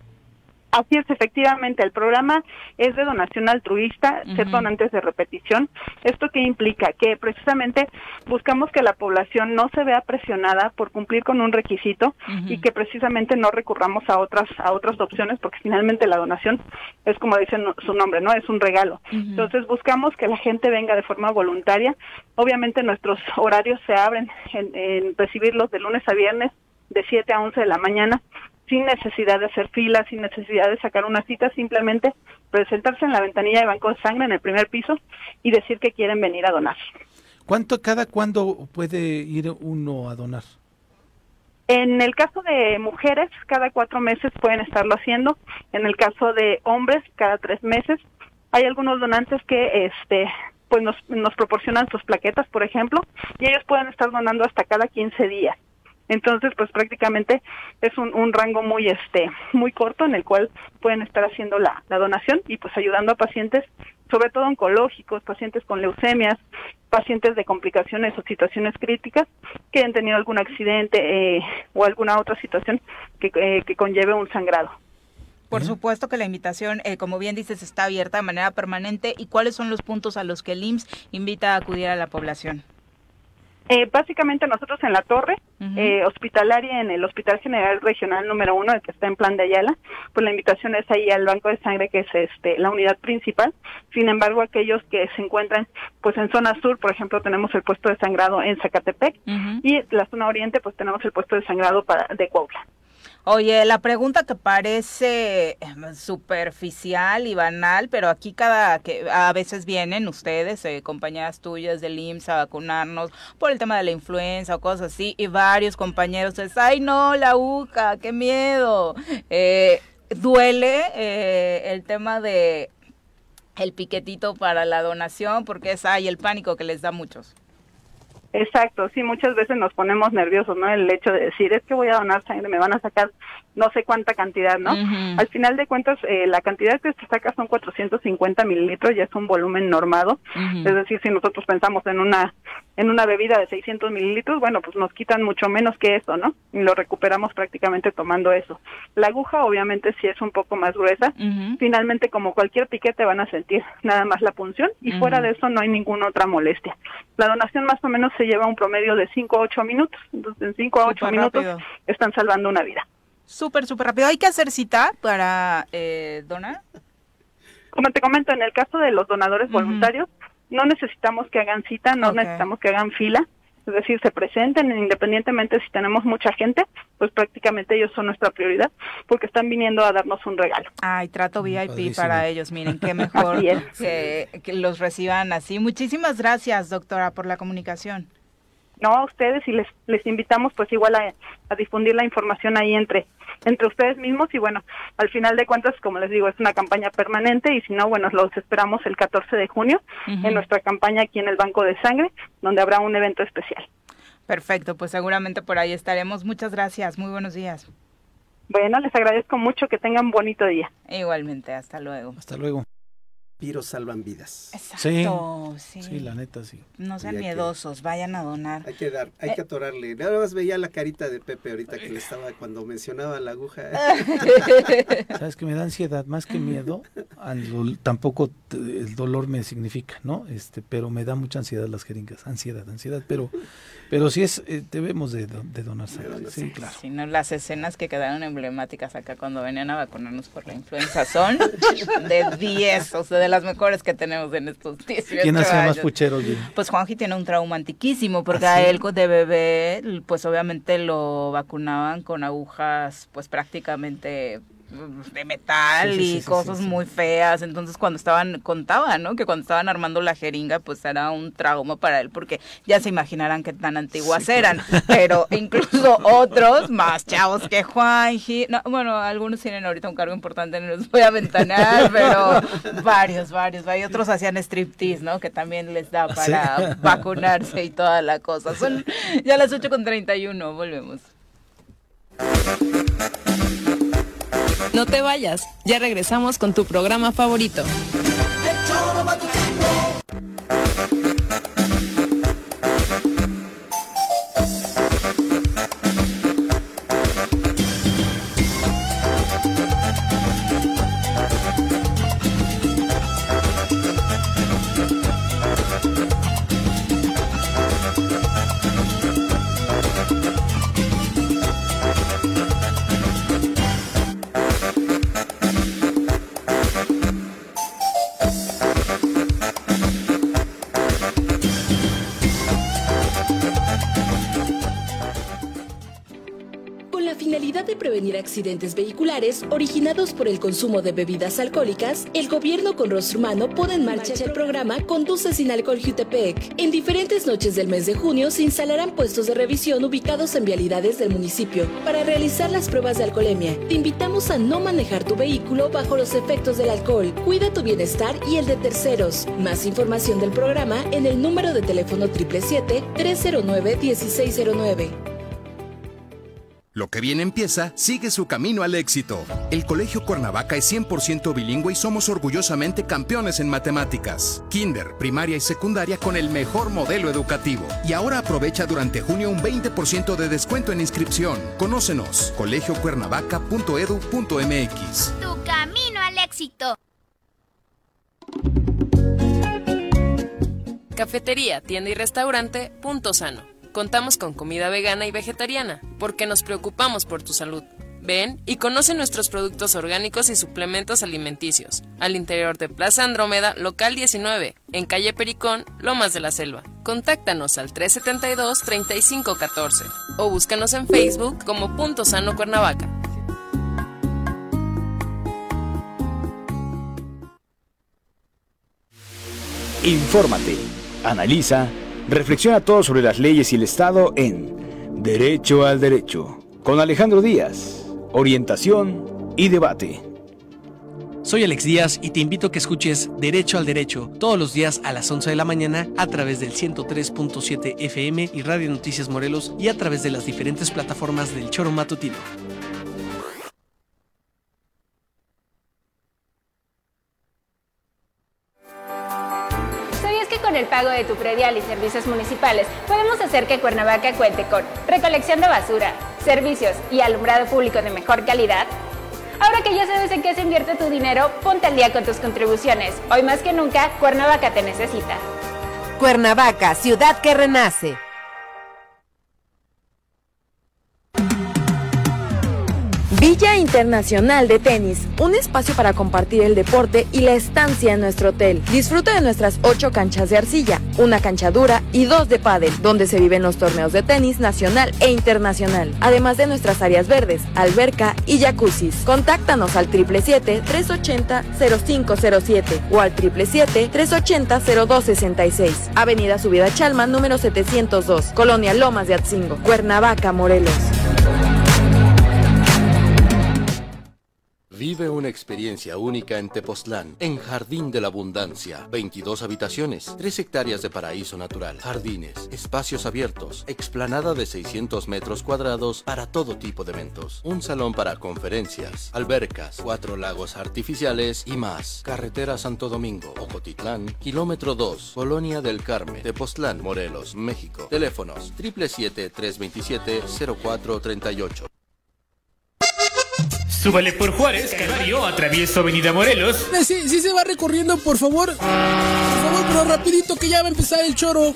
Así es, efectivamente, el programa es de donación altruista, ser donantes de repetición. ¿Esto qué implica? Que precisamente buscamos que la población no se vea presionada por cumplir con un requisito y que precisamente no recurramos a otras opciones, porque finalmente la donación es como dice su nombre, ¿no? Es un regalo. Entonces buscamos que la gente venga de forma voluntaria. Obviamente nuestros horarios se abren en recibirlos de lunes a viernes de 7 a 11 de la mañana, sin necesidad de hacer filas, sin necesidad de sacar una cita, simplemente presentarse en la ventanilla de Banco de Sangre en el primer piso y decir que quieren venir a donar. ¿Cuándo puede ir uno a donar? En el caso de mujeres, cada 4 meses pueden estarlo haciendo. En el caso de hombres, cada 3 meses. Hay algunos donantes que pues nos proporcionan sus plaquetas, por ejemplo, y ellos pueden estar donando hasta cada 15 días. Entonces, pues prácticamente es un rango muy corto en el cual pueden estar haciendo la donación y pues ayudando a pacientes, sobre todo oncológicos, pacientes con leucemias, pacientes de complicaciones o situaciones críticas que han tenido algún accidente o alguna otra situación que conlleve un sangrado. Por supuesto que la invitación, como bien dices, está abierta de manera permanente. ¿Y cuáles son los puntos a los que el IMSS invita a acudir a la población? Básicamente nosotros en la torre hospitalaria, en el Hospital General Regional número 1, el que está en Plan de Ayala, pues la invitación es ahí al banco de sangre, que es la unidad principal. Sin embargo, aquellos que se encuentran pues en zona sur, por ejemplo, tenemos el puesto de sangrado en Zacatepec, y la zona oriente pues tenemos el puesto de sangrado de Cuautla. Oye, la pregunta que parece superficial y banal, pero aquí que a veces vienen ustedes, compañeras tuyas del IMSS, a vacunarnos por el tema de la influenza o cosas así, y varios compañeros dicen, ¡ay no, la aguja, qué miedo! Duele el tema de el piquetito para la donación, porque es el pánico que les da a muchos. Exacto, sí, muchas veces nos ponemos nerviosos, ¿no? El hecho de decir, es que voy a donar sangre, me van a sacar no sé cuánta cantidad, ¿no? Al final de cuentas, la cantidad que se saca son 450 mililitros, ya es un volumen normado. Es decir, si nosotros pensamos en una bebida de 600 mililitros, bueno, pues nos quitan mucho menos que eso, ¿no? Y lo recuperamos prácticamente tomando eso. La aguja, obviamente, sí es un poco más gruesa. Finalmente, como cualquier piquete, van a sentir nada más la punción, y fuera de eso no hay ninguna otra molestia. La donación más o menos se lleva un promedio de 5 a 8 minutos. Entonces, en 5 a 8 minutos están salvando una vida. Súper rápido. ¿Hay que hacer cita para donar? Como te comento, en el caso de los donadores voluntarios, no necesitamos que hagan cita, no necesitamos que hagan fila. Es decir, se presenten, independientemente si tenemos mucha gente, pues prácticamente ellos son nuestra prioridad, porque están viniendo a darnos un regalo. Ay, trato VIP para ellos, miren, qué mejor que los reciban así. Muchísimas gracias, doctora, por la comunicación. No, a ustedes, y les invitamos pues igual a difundir la información ahí entre ustedes mismos, y bueno, al final de cuentas, como les digo, es una campaña permanente, y si no, bueno, los esperamos el 14 de junio en nuestra campaña aquí en el Banco de Sangre, donde habrá un evento especial. Perfecto, pues seguramente por ahí estaremos. Muchas gracias, muy buenos días. Bueno, les agradezco mucho, que tengan un bonito día. Igualmente, hasta luego. Hasta luego. Vampiros salvan vidas. Exacto, sí, la neta, sí. No sean miedosos, vayan a donar. Hay que atorarle. Nada más veía la carita de Pepe ahorita que le estaba, cuando mencionaba la aguja. ¿Sabes que me da ansiedad? Más que miedo, tampoco el dolor me significa, ¿no? Pero me da mucha ansiedad las jeringas, ansiedad, pero sí debemos de donar sangre, sí, claro. Sí, no, las escenas que quedaron emblemáticas acá cuando venían a vacunarnos por la influenza son de 10, o sea, de las mejores que tenemos en estos 18 años. ¿Quién hacía más pucheros? Pues Juanji tiene un trauma antiquísimo, porque a él de bebé, pues obviamente lo vacunaban con agujas, pues prácticamente de metal y cosas muy feas. Entonces contaban, ¿no? Que cuando estaban armando la jeringa, pues era un trauma para él, porque ya se imaginarán qué tan antiguas eran, pero incluso otros más chavos que Juanji, no, bueno, algunos tienen ahorita un cargo importante, no los voy a ventanear, pero varios, otros hacían striptease, ¿no? Que también les da para vacunarse y toda la cosa. Son ya las 8:31, volvemos. No te vayas, ya regresamos con tu programa favorito. prevenir accidentes vehiculares originados por el consumo de bebidas alcohólicas, el gobierno con rostro humano pone en marcha el programa Conduce sin alcohol Jutepec. En diferentes noches del mes de junio se instalarán puestos de revisión ubicados en vialidades del municipio para realizar las pruebas de alcoholemia. Te invitamos a no manejar tu vehículo bajo los efectos del alcohol. Cuida tu bienestar y el de terceros. Más información del programa en el número de teléfono 777-309-1609. Lo que bien empieza, sigue su camino al éxito. El Colegio Cuernavaca es 100% bilingüe y somos orgullosamente campeones en matemáticas. Kinder, primaria y secundaria con el mejor modelo educativo. Y ahora aprovecha durante junio un 20% de descuento en inscripción. Conócenos, colegiocuernavaca.edu.mx. Tu camino al éxito. Cafetería, tienda y restaurante Punto Sano. Contamos con comida vegana y vegetariana, porque nos preocupamos por tu salud. Ven y conoce nuestros productos orgánicos y suplementos alimenticios, al interior de Plaza Andrómeda, local 19, en calle Pericón, Lomas de la Selva. Contáctanos al 372-3514 o búscanos en Facebook como Punto Sano Cuernavaca. Infórmate, analiza, reflexiona todo sobre las leyes y el Estado en Derecho al Derecho, con Alejandro Díaz, orientación y debate. Soy Alex Díaz y te invito a que escuches Derecho al Derecho todos los días a las 11 de la mañana a través del 103.7 FM y Radio Noticias Morelos y a través de las diferentes plataformas del Choro Matutino. Con el pago de tu predial y servicios municipales, podemos hacer que Cuernavaca cuente con recolección de basura, servicios y alumbrado público de mejor calidad. Ahora que ya sabes en qué se invierte tu dinero, ponte al día con tus contribuciones. Hoy más que nunca, Cuernavaca te necesita. Cuernavaca, ciudad que renace. Villa Internacional de Tenis, un espacio para compartir el deporte y la estancia en nuestro hotel. Disfruta de nuestras 8 canchas de arcilla, una cancha dura y 2 de pádel, donde se viven los torneos de tenis nacional e internacional, además de nuestras áreas verdes, alberca y jacuzzis. Contáctanos al 777-380-0507 o al 777-380-0266. Avenida Subida Chalma, número 702, Colonia Lomas de Atzingo, Cuernavaca, Morelos. Vive una experiencia única en Tepoztlán, en Jardín de la Abundancia. 22 habitaciones, 3 hectáreas de paraíso natural, jardines, espacios abiertos, explanada de 600 metros cuadrados para todo tipo de eventos, un salón para conferencias, albercas, 4 lagos artificiales y más. Carretera Santo Domingo, Ocotitlán, kilómetro 2, Colonia del Carmen, Tepoztlán, Morelos, México. Teléfonos 777-327-0438. Súbale por Juárez, Calvario, atravieso Avenida Morelos. Sí se va recorriendo, por favor. Por favor, pero rapidito que ya va a empezar el choro.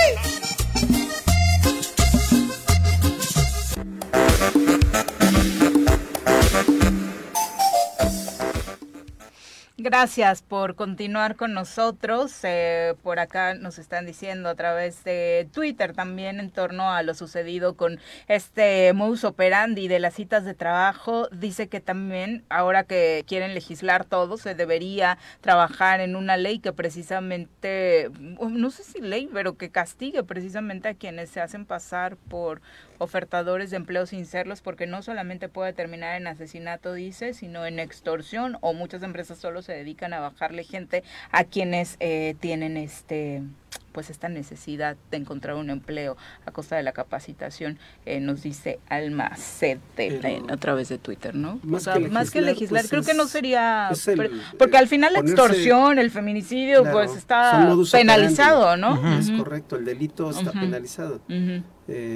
Gracias por continuar con nosotros. Por acá nos están diciendo a través de Twitter también en torno a lo sucedido con este modus operandi de las citas de trabajo. Dice que también ahora que quieren legislar todo, se debería trabajar en una ley que precisamente, no sé si ley, pero que castigue precisamente a quienes se hacen pasar por ofertadores de empleo sin serlos, porque no solamente puede terminar en asesinato, dice, sino en extorsión, o muchas empresas solo se dedican a bajarle gente a quienes tienen pues esta necesidad de encontrar un empleo a costa de la capacitación, nos dice Almacete a través de Twitter, ¿no? Más que legislar, pues creo que no sería, porque al final la extorsión, el feminicidio, claro, pues está penalizado, ¿no? Uh-huh. Es correcto, el delito está penalizado. Uh-huh.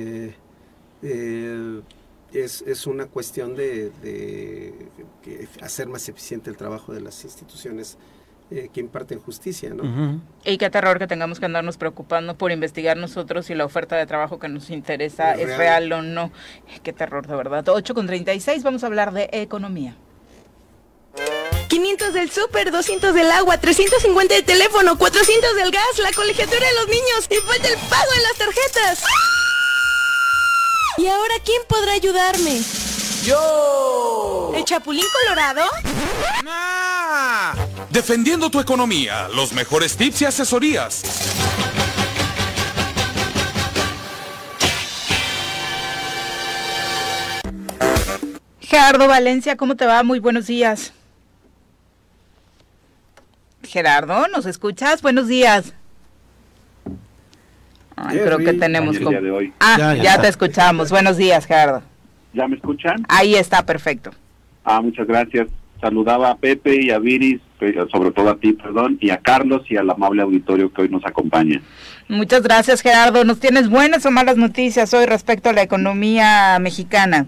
Es una cuestión de hacer más eficiente el trabajo de las instituciones que imparten justicia, ¿no? Uh-huh. Y qué terror que tengamos que andarnos preocupando por investigar nosotros si la oferta de trabajo que nos interesa es real o no. Qué terror, de verdad. 8:36, vamos a hablar de economía. 500 del súper, 200 del agua, 350 del teléfono, 400 del gas, la colegiatura de los niños y falta el pago en las tarjetas. ¿Y ahora quién podrá ayudarme? ¡Yo! ¿El Chapulín Colorado? ¡Nah! Defendiendo tu economía, los mejores tips y asesorías. Gerardo Valencia, ¿cómo te va? Muy buenos días. Gerardo, ¿nos escuchas? Buenos días. Ay, creo que tenemos... Ya te escuchamos. Buenos días, Gerardo. ¿Ya me escuchan? Ahí está, perfecto. Muchas gracias. Saludaba a Pepe y a Viris, sobre todo a ti, perdón, y a Carlos y al amable auditorio que hoy nos acompaña. Muchas gracias, Gerardo. ¿Nos tienes buenas o malas noticias hoy respecto a la economía mexicana?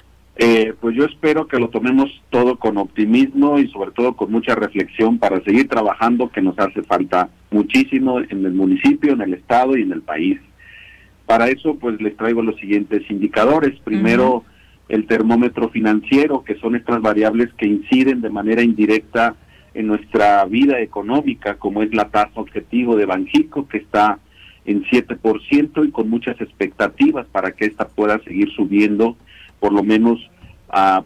Pues yo espero que lo tomemos todo con optimismo y sobre todo con mucha reflexión para seguir trabajando, que nos hace falta muchísimo en el municipio, en el estado y en el país. Para eso, pues les traigo los siguientes indicadores. Primero, el termómetro financiero, que son estas variables que inciden de manera indirecta en nuestra vida económica, como es la tasa objetivo de Banxico, que está en 7% y con muchas expectativas para que esta pueda seguir subiendo por lo menos a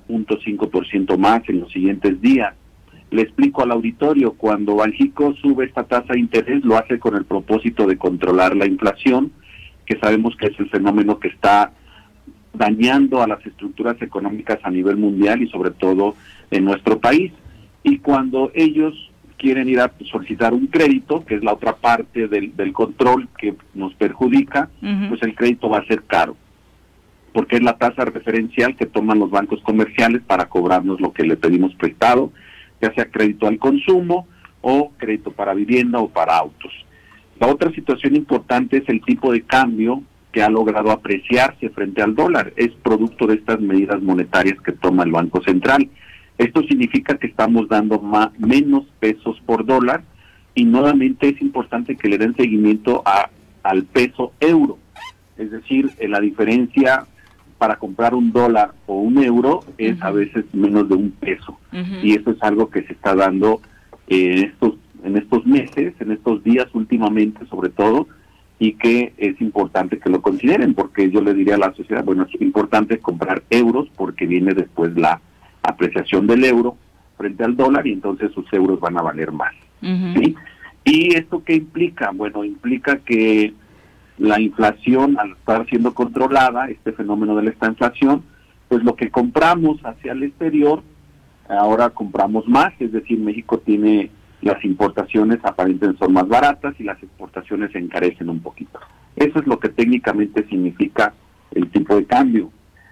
0.5% más en los siguientes días. Le explico al auditorio, cuando Banxico sube esta tasa de interés, lo hace con el propósito de controlar la inflación, que sabemos que es el fenómeno que está dañando a las estructuras económicas a nivel mundial y sobre todo en nuestro país. Y cuando ellos quieren ir a solicitar un crédito, que es la otra parte del control que nos perjudica, pues el crédito va a ser caro, porque es la tasa referencial que toman los bancos comerciales para cobrarnos lo que le pedimos prestado, ya sea crédito al consumo o crédito para vivienda o para autos. La otra situación importante es el tipo de cambio que ha logrado apreciarse frente al dólar. Es producto de estas medidas monetarias que toma el Banco Central. Esto significa que estamos dando menos pesos por dólar y nuevamente es importante que le den seguimiento al peso euro. Es decir, la diferencia para comprar un dólar o un euro es a veces menos de un peso. Y eso es algo que se está dando en estos meses, en estos días últimamente sobre todo, y que es importante que lo consideren, porque yo le diría a la sociedad, bueno, es importante comprar euros porque viene después la apreciación del euro frente al dólar y entonces sus euros van a valer más. ¿Sí? ¿Y esto qué implica? Bueno, implica que la inflación, al estar siendo controlada, este fenómeno de esta inflación, pues lo que compramos hacia el exterior, ahora compramos más, es decir, México tiene las importaciones aparentemente son más baratas y las exportaciones se encarecen un poquito. Eso es lo que técnicamente significa el tipo de cambio.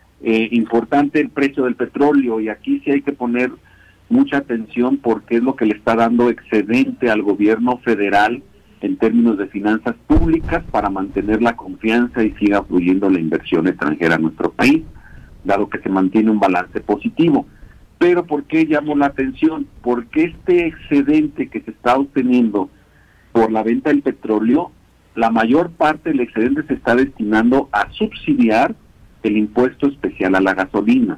Importante el precio del petróleo, y aquí sí hay que poner mucha atención porque es lo que le está dando excedente al gobierno federal en términos de finanzas públicas para mantener la confianza y siga fluyendo la inversión extranjera a nuestro país, dado que se mantiene un balance positivo. Pero ¿por qué llamo la atención? Porque este excedente que se está obteniendo por la venta del petróleo, la mayor parte del excedente se está destinando a subsidiar el impuesto especial a la gasolina.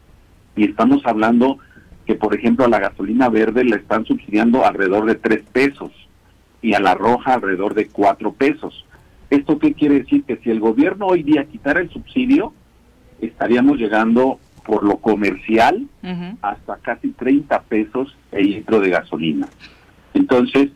Y estamos hablando que, por ejemplo, a la gasolina verde la están subsidiando alrededor de 3 pesos y a la roja alrededor de 4 pesos. ¿Esto qué quiere decir? Que si el gobierno hoy día quitara el subsidio, estaríamos llegando por lo comercial hasta casi 30 pesos el litro de gasolina. Entonces,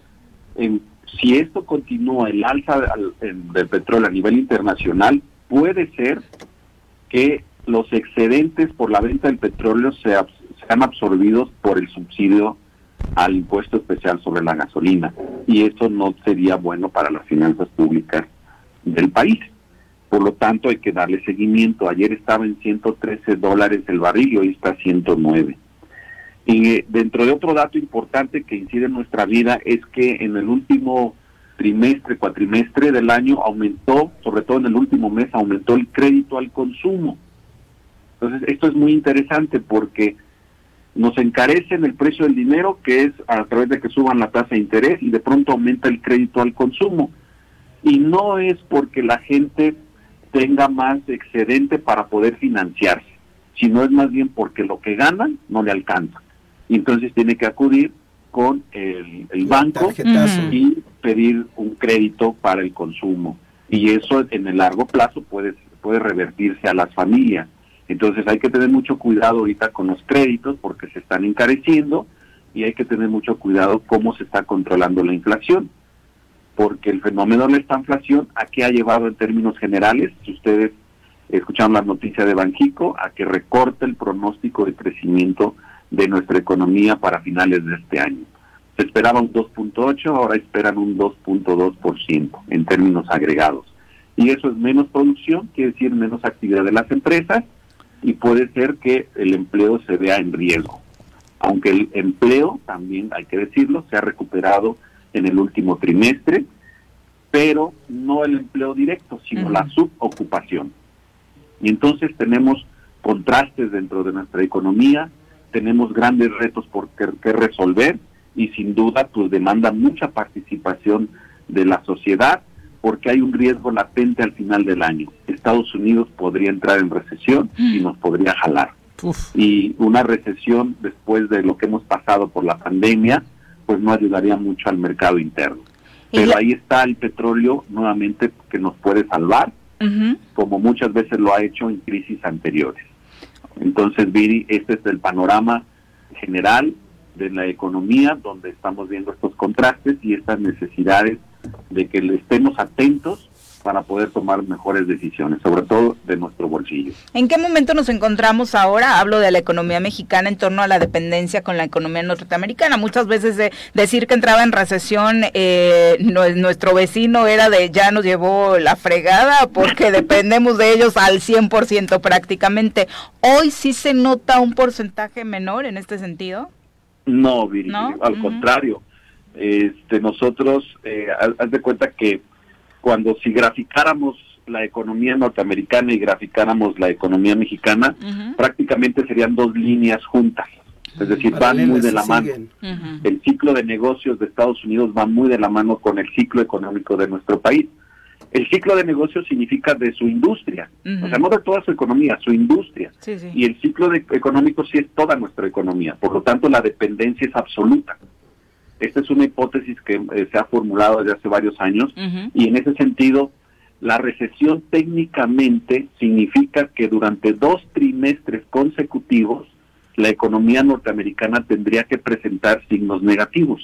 si esto continúa, el alza del petróleo a nivel internacional, puede ser que los excedentes por la venta del petróleo sean absorbidos por el subsidio al impuesto especial sobre la gasolina, y eso no sería bueno para las finanzas públicas del país. Por lo tanto, hay que darle seguimiento. Ayer estaba en $113 el barril y hoy está a 109. Y dentro de otro dato importante que incide en nuestra vida es que en el último cuatrimestre del año aumentó, sobre todo en el último mes, aumentó el crédito al consumo. Entonces, esto es muy interesante porque nos encarecen el precio del dinero, que es a través de que suban la tasa de interés, y de pronto aumenta el crédito al consumo. Y no es porque la gente tenga más excedente para poder financiarse, sino es más bien porque lo que ganan no le alcanza. Y entonces tiene que acudir con el banco y pedir un crédito para el consumo. Y eso en el largo plazo puede revertirse a las familias. Entonces hay que tener mucho cuidado ahorita con los créditos porque se están encareciendo y hay que tener mucho cuidado cómo se está controlando la inflación, porque el fenómeno de esta inflación, ¿a qué ha llevado en términos generales? Si ustedes escucharon la noticia de Banxico, a que recorte el pronóstico de crecimiento de nuestra economía para finales de este año. Se esperaba un 2.8, ahora esperan un 2.2% en términos agregados. Y eso es menos producción, quiere decir menos actividad de las empresas, y puede ser que el empleo se vea en riesgo. Aunque el empleo, también hay que decirlo, se ha recuperado en el último trimestre, pero no el empleo directo, sino la subocupación. Y entonces tenemos contrastes dentro de nuestra economía, tenemos grandes retos por que resolver, y sin duda pues demanda mucha participación de la sociedad, porque hay un riesgo latente al final del año. Estados Unidos podría entrar en recesión y nos podría jalar. Y una recesión después de lo que hemos pasado por la pandemia, pues no ayudaría mucho al mercado interno. Pero ahí está el petróleo nuevamente que nos puede salvar, como muchas veces lo ha hecho en crisis anteriores. Entonces, Viri, este es el panorama general de la economía, donde estamos viendo estos contrastes y estas necesidades de que le estemos atentos para poder tomar mejores decisiones, sobre todo de nuestro bolsillo. ¿En qué momento nos encontramos ahora? Hablo de la economía mexicana en torno a la dependencia con la economía norteamericana. Muchas veces decir que entraba en recesión nuestro vecino era de ya nos llevó la fregada porque dependemos de ellos al 100% prácticamente. ¿Hoy sí se nota un porcentaje menor en este sentido? No, Viri, ¿no? Al contrario. Nosotros, haz de cuenta que si graficáramos la economía norteamericana y graficáramos la economía mexicana, prácticamente serían dos líneas juntas, es decir, van muy de la mano. El ciclo de negocios de Estados Unidos va muy de la mano con el ciclo económico de nuestro país. El ciclo de negocios significa de su industria, o sea, no de toda su economía, su industria. Y el ciclo económico sí es toda nuestra economía, por lo tanto la dependencia es absoluta. Esta es una hipótesis que se ha formulado desde hace varios años, y en ese sentido, la recesión técnicamente significa que durante 2 trimestres consecutivos, la economía norteamericana tendría que presentar signos negativos.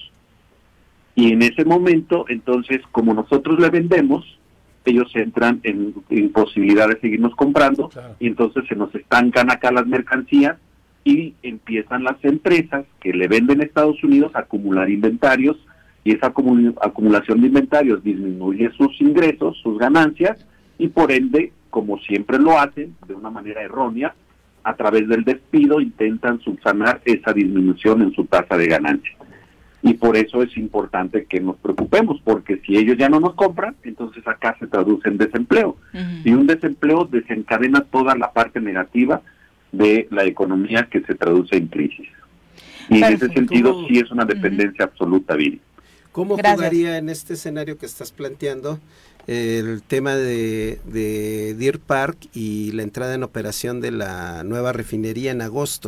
Y en ese momento, entonces, como nosotros le vendemos, ellos entran en imposibilidad de seguirnos comprando, y entonces se nos estancan acá las mercancías, y empiezan las empresas que le venden a Estados Unidos a acumular inventarios, y esa acumulación de inventarios disminuye sus ingresos, sus ganancias, y por ende, como siempre lo hacen, de una manera errónea, a través del despido intentan subsanar esa disminución en su tasa de ganancia. Y por eso es importante que nos preocupemos, porque si ellos ya no nos compran, entonces acá se traduce en desempleo. Y un desempleo desencadena toda la parte negativa de la economía que se traduce en crisis. Y en ese sentido sí es una dependencia absoluta, Viri. ¿Cómo jugaría en este escenario que estás planteando el tema de Deer Park y la entrada en operación de la nueva refinería en agosto?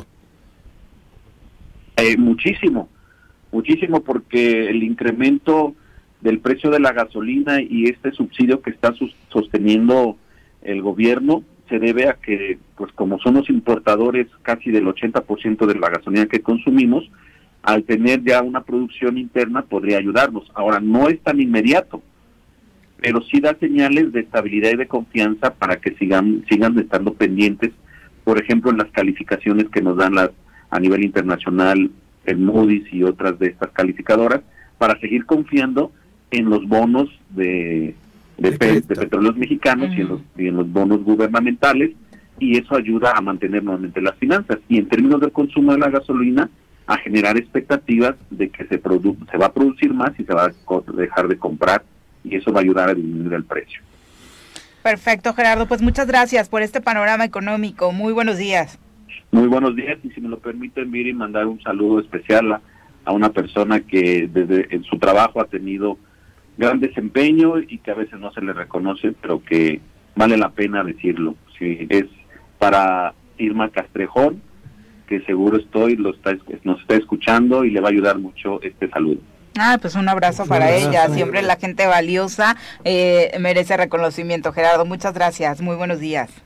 Muchísimo, porque el incremento del precio de la gasolina y este subsidio que está sosteniendo el gobierno se debe a que, pues como somos importadores casi del 80% de la gasolina que consumimos, al tener ya una producción interna podría ayudarnos. Ahora, no es tan inmediato, pero sí da señales de estabilidad y de confianza para que sigan estando pendientes, por ejemplo, en las calificaciones que nos dan a nivel internacional, el Moody's y otras de estas calificadoras, para seguir confiando en los bonos de petróleos mexicanos y en los bonos gubernamentales, y eso ayuda a mantener nuevamente las finanzas. Y en términos del consumo de la gasolina, a generar expectativas de que se va a producir más y se va a dejar de comprar, y eso va a ayudar a disminuir el precio. Perfecto, Gerardo, pues muchas gracias por este panorama económico. Muy buenos días. Muy buenos días, y si me lo permiten, Viri, mandar un saludo especial a una persona que desde en su trabajo ha tenido gran desempeño y que a veces no se le reconoce, pero que vale la pena decirlo. Sí, es para Irma Castrejón, que seguro nos está escuchando y le va a ayudar mucho este saludo. Pues un abrazo para ella. Siempre la gente valiosa merece reconocimiento. Gerardo, muchas gracias. Muy buenos días.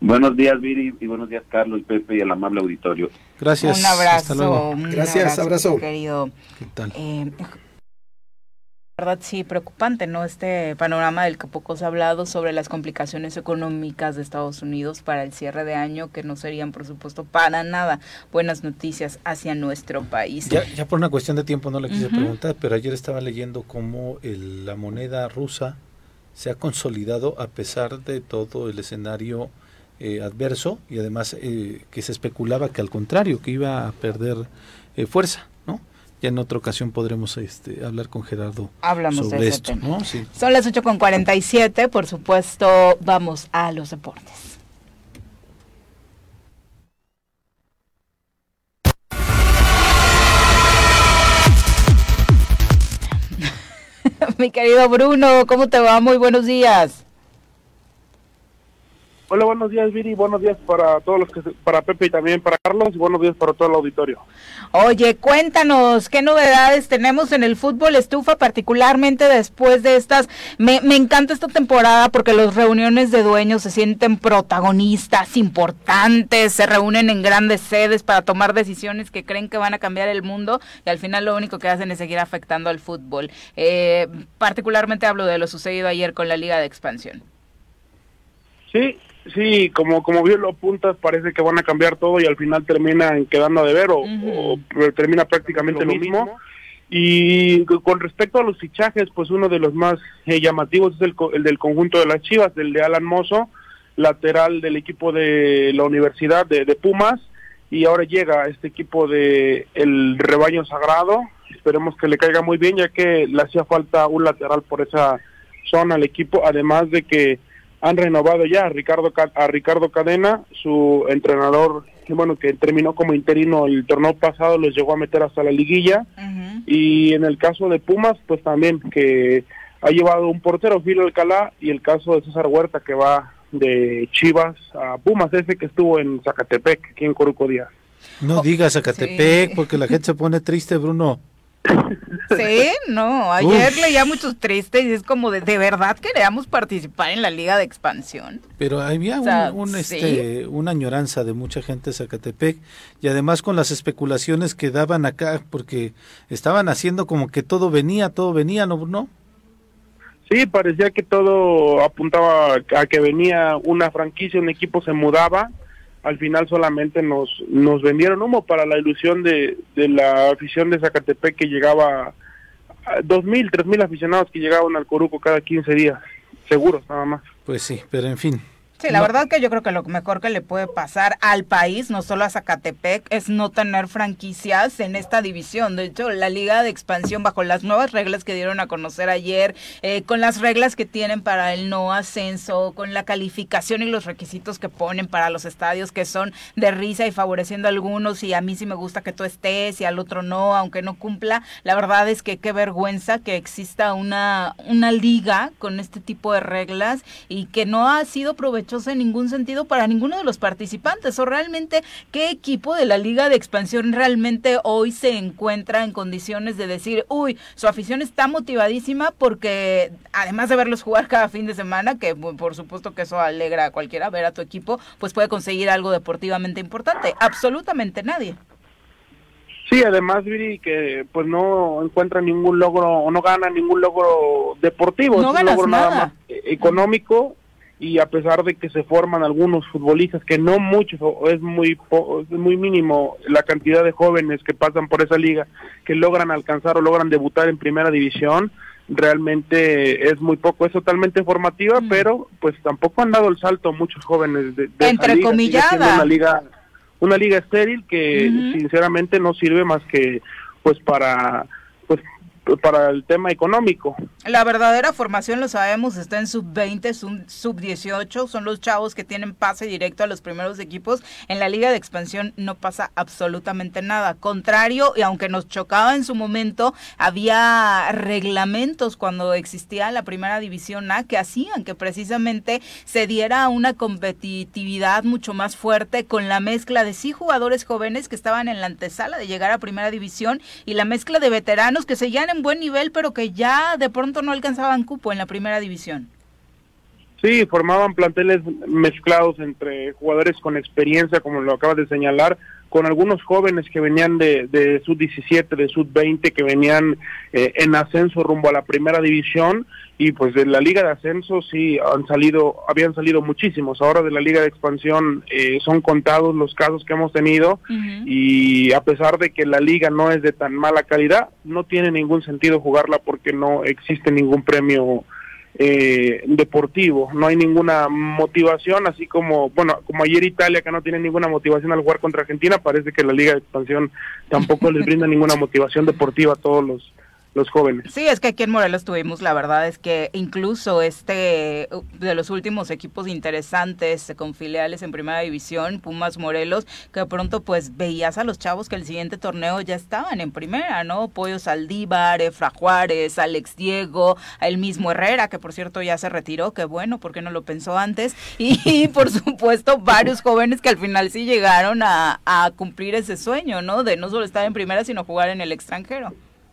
Buenos días, Viri, y buenos días, Carlos, Pepe y el amable auditorio. Gracias. Un abrazo. Hasta luego. Gracias, abrazo. Querido. ¿Qué tal? Verdad, sí, preocupante, ¿no? Este panorama del que poco se ha hablado sobre las complicaciones económicas de Estados Unidos para el cierre de año, que no serían, por supuesto, para nada buenas noticias hacia nuestro país. Ya por una cuestión de tiempo no le quise preguntar, pero ayer estaba leyendo cómo la moneda rusa se ha consolidado a pesar de todo el escenario adverso, y además que se especulaba que al contrario, que iba a perder fuerza, ¿no? Ya en otra ocasión podremos hablar con Gerardo sobre esto, ¿no? Sí. Son las 8:47, por supuesto, vamos a los deportes. Mi querido Bruno, ¿cómo te va? Muy buenos días. Hola, buenos días, Viri, buenos días para todos para Pepe y también para Carlos, y buenos días para todo el auditorio. Oye, cuéntanos, ¿qué novedades tenemos en el fútbol estufa, particularmente después de estas? Me encanta esta temporada porque las reuniones de dueños se sienten protagonistas importantes, se reúnen en grandes sedes para tomar decisiones que creen que van a cambiar el mundo, y al final lo único que hacen es seguir afectando al fútbol. Particularmente hablo de lo sucedido ayer con la Liga de Expansión. Sí, como bien lo apuntas, parece que van a cambiar todo y al final terminan quedando a deber o termina prácticamente lo mismo. Y con respecto a los fichajes, pues uno de los más llamativos es el del conjunto de las Chivas, del de Alan Mozo, lateral del equipo de la Universidad de Pumas, y ahora llega este equipo de el Rebaño Sagrado. Esperemos que le caiga muy bien, ya que le hacía falta un lateral por esa zona al equipo, además de que han renovado ya a Ricardo Cadena, su entrenador, que terminó como interino el torneo pasado, los llegó a meter hasta la liguilla. Y en el caso de Pumas, pues también que ha llevado un portero, Gil Alcalá, y el caso de César Huerta, que va de Chivas a Pumas, ese que estuvo en Zacatepec, aquí en Coruco Díaz. No digas Zacatepec, porque la gente se pone triste, Bruno. Sí, no, ayer leía muchos tristes y es como de verdad queríamos participar en la Liga de Expansión. Pero había una añoranza de mucha gente de Zacatepec, y además con las especulaciones que daban acá, porque estaban haciendo como que todo venía, ¿no? Sí, parecía que todo apuntaba a que venía una franquicia, un equipo se mudaba. Al final solamente nos vendieron humo para la ilusión de la afición de Zacatepec, que llegaba a 2,000, 3,000 aficionados que llegaban al Coruco cada 15 días, seguros nada más. Pues sí, pero en fin. Sí, la verdad que yo creo que lo mejor que le puede pasar al país, no solo a Zacatepec, es no tener franquicias en esta división. De hecho, la Liga de Expansión, bajo las nuevas reglas que dieron a conocer ayer, con las reglas que tienen para el no ascenso, con la calificación y los requisitos que ponen para los estadios, que son de risa y favoreciendo a algunos, y a mí sí me gusta que tú estés y al otro no, aunque no cumpla. La verdad es que qué vergüenza que exista una liga con este tipo de reglas y que no ha sido provechosa en ningún sentido para ninguno de los participantes. O realmente, ¿qué equipo de la Liga de Expansión realmente hoy se encuentra en condiciones de decir, su afición está motivadísima porque además de verlos jugar cada fin de semana, que por supuesto que eso alegra a cualquiera, ver a tu equipo, pues puede conseguir algo deportivamente importante? Absolutamente nadie. Sí, además, Viri, que pues no encuentra ningún logro o no gana ningún logro deportivo, no es un logro nada más económico. Y a pesar de que se forman algunos futbolistas, que no muchos, es muy mínimo la cantidad de jóvenes que pasan por esa liga, que logran alcanzar o logran debutar en primera división, realmente es muy poco, es totalmente formativa, pero pues tampoco han dado el salto muchos jóvenes de entrecomillada. Una liga estéril que sinceramente no sirve más que pues para el tema económico. La verdadera formación, lo sabemos, está en sub-20, sub-18, son los chavos que tienen pase directo a los primeros equipos. En la Liga de Expansión no pasa absolutamente nada. Contrario, y aunque nos chocaba en su momento, había reglamentos cuando existía la Primera División A que hacían que precisamente se diera una competitividad mucho más fuerte, con la mezcla de jugadores jóvenes que estaban en la antesala de llegar a Primera División y la mezcla de veteranos que seguían en buen nivel, pero que ya de pronto no alcanzaban cupo en la Primera División. Sí, formaban planteles mezclados entre jugadores con experiencia, como lo acabas de señalar, con algunos jóvenes que venían de sub-17, de sub-20, que venían en ascenso rumbo a la primera división, y pues de la liga de ascenso sí habían salido muchísimos. Ahora de la liga de expansión son contados los casos que hemos tenido, y a pesar de que la liga no es de tan mala calidad, no tiene ningún sentido jugarla porque no existe ningún premio deportivo, no hay ninguna motivación, así como ayer Italia, que no tiene ninguna motivación al jugar contra Argentina, parece que la Liga de Expansión tampoco les brinda ninguna motivación deportiva a todos los jóvenes. Sí, es que aquí en Morelos tuvimos, la verdad es que incluso de los últimos equipos interesantes con filiales en primera división, Pumas Morelos, que de pronto pues veías a los chavos que el siguiente torneo ya estaban en primera, ¿no? Pollo Saldívar, Efra Juárez, Alex Diego, el mismo Herrera, que por cierto ya se retiró, que bueno, ¿por qué no lo pensó antes? Y por supuesto varios jóvenes que al final sí llegaron a cumplir ese sueño, ¿no? De no solo estar en primera, sino jugar en el extranjero.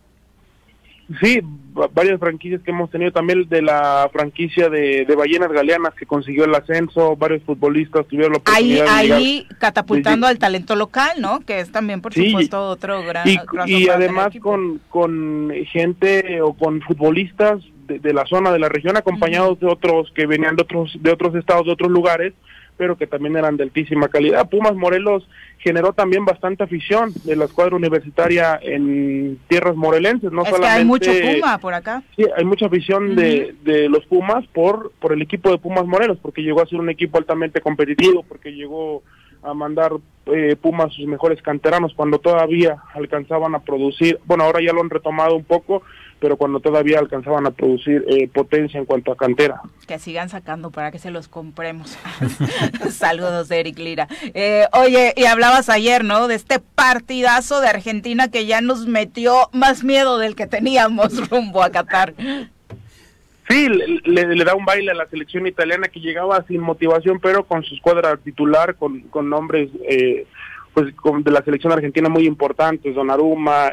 Sí, varias franquicias que hemos tenido, también de la franquicia de Ballenas Galeanas, que consiguió el ascenso, varios futbolistas tuvieron la oportunidad ahí catapultando al talento local, ¿no? Que es también, por supuesto, otro gran... Y además con gente o con futbolistas de la zona, de la región, acompañados de otros que venían de otros estados, de otros lugares, pero que también eran de altísima calidad. Pumas Morelos generó también bastante afición de la escuadra universitaria en tierras morelenses, no solamente... que hay mucho Puma por acá. Sí, hay mucha afición de los Pumas por el equipo de Pumas Morelos, porque llegó a ser un equipo altamente competitivo, porque llegó a mandar Pumas sus mejores canteranos cuando todavía alcanzaban a producir, ahora ya lo han retomado un poco, pero cuando todavía alcanzaban a producir potencia en cuanto a cantera. Que sigan sacando para que se los compremos. Saludos de Eric Lira. Oye, y hablabas ayer, ¿no? De este partidazo de Argentina que ya nos metió más miedo del que teníamos rumbo a Qatar. Sí, le da un baile a la selección italiana, que llegaba sin motivación, pero con su escuadra titular, con nombres de la selección argentina muy importantes, Donnarumma,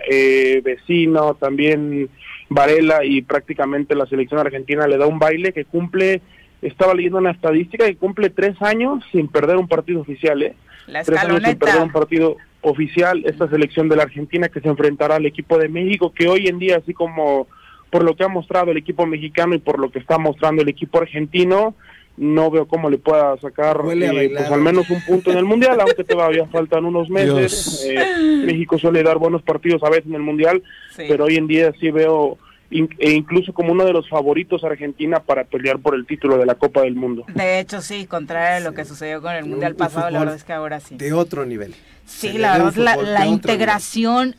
Vecino, también Varela, y prácticamente la selección argentina le da un baile que estaba leyendo una estadística, que cumple 3 años sin perder un partido oficial, La escaloneta. 3 años sin perder un partido oficial, esta selección de la Argentina, que se enfrentará al equipo de México, que hoy en día, así como por lo que ha mostrado el equipo mexicano y por lo que está mostrando el equipo argentino, no veo cómo le pueda sacar pues al menos un punto en el Mundial, aunque todavía faltan unos meses. México suele dar buenos partidos a veces en el Mundial, pero hoy en día sí veo incluso como uno de los favoritos a Argentina para pelear por el título de la Copa del Mundo. De hecho, sí, contrario a lo que sucedió con el Mundial pasado, la verdad es que ahora sí. De otro nivel. Sí, la verdad, la integración,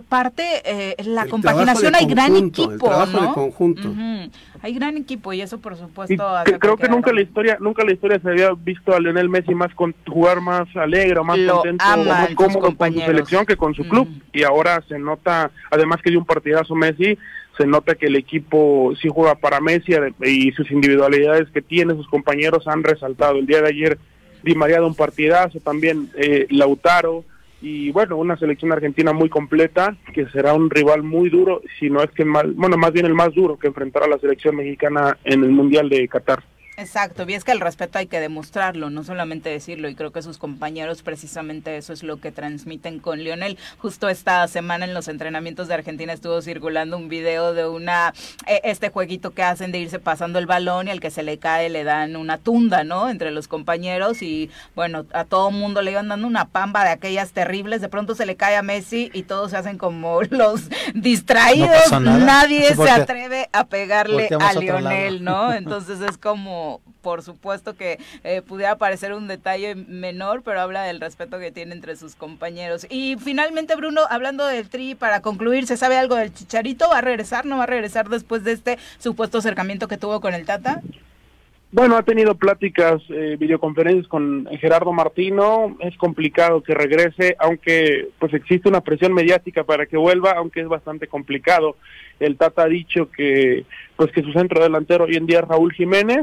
aparte, la compaginación, hay gran equipo, el trabajo de conjunto. Hay gran equipo, y eso por supuesto creo que nunca la historia se había visto a Lionel Messi jugar más alegre, o más contento, o más cómodo con su selección que con su club, y ahora se nota, además que dio un partidazo Messi, se nota que el equipo sí juega para Messi, y sus individualidades que tiene, sus compañeros han resaltado. El día de ayer Di María de un partidazo, también Lautaro, y una selección argentina muy completa, que será un rival muy duro, si no es que más bien el más duro que enfrentará a la selección mexicana en el Mundial de Qatar. Exacto, y es que el respeto hay que demostrarlo, no solamente decirlo, y creo que sus compañeros precisamente eso es lo que transmiten con Lionel. Justo esta semana en los entrenamientos de Argentina estuvo circulando un video de este jueguito que hacen de irse pasando el balón, y al que se le cae le dan una tunda, ¿no? Entre los compañeros, y a todo mundo le iban dando una pamba de aquellas terribles. De pronto se le cae a Messi y todos se hacen como los distraídos, nadie se atreve a pegarle a Lionel, ¿no? Entonces es como, por supuesto que pudiera parecer un detalle menor, pero habla del respeto que tiene entre sus compañeros. Y finalmente, Bruno, hablando del Tri, para concluir, ¿se sabe algo del Chicharito? ¿Va a regresar? ¿No va a regresar después de este supuesto acercamiento que tuvo con el Tata? Ha tenido pláticas, videoconferencias con Gerardo Martino. Es complicado que regrese, aunque pues existe una presión mediática para que vuelva, aunque es bastante complicado. El Tata ha dicho que su centro delantero hoy en día es Raúl Jiménez,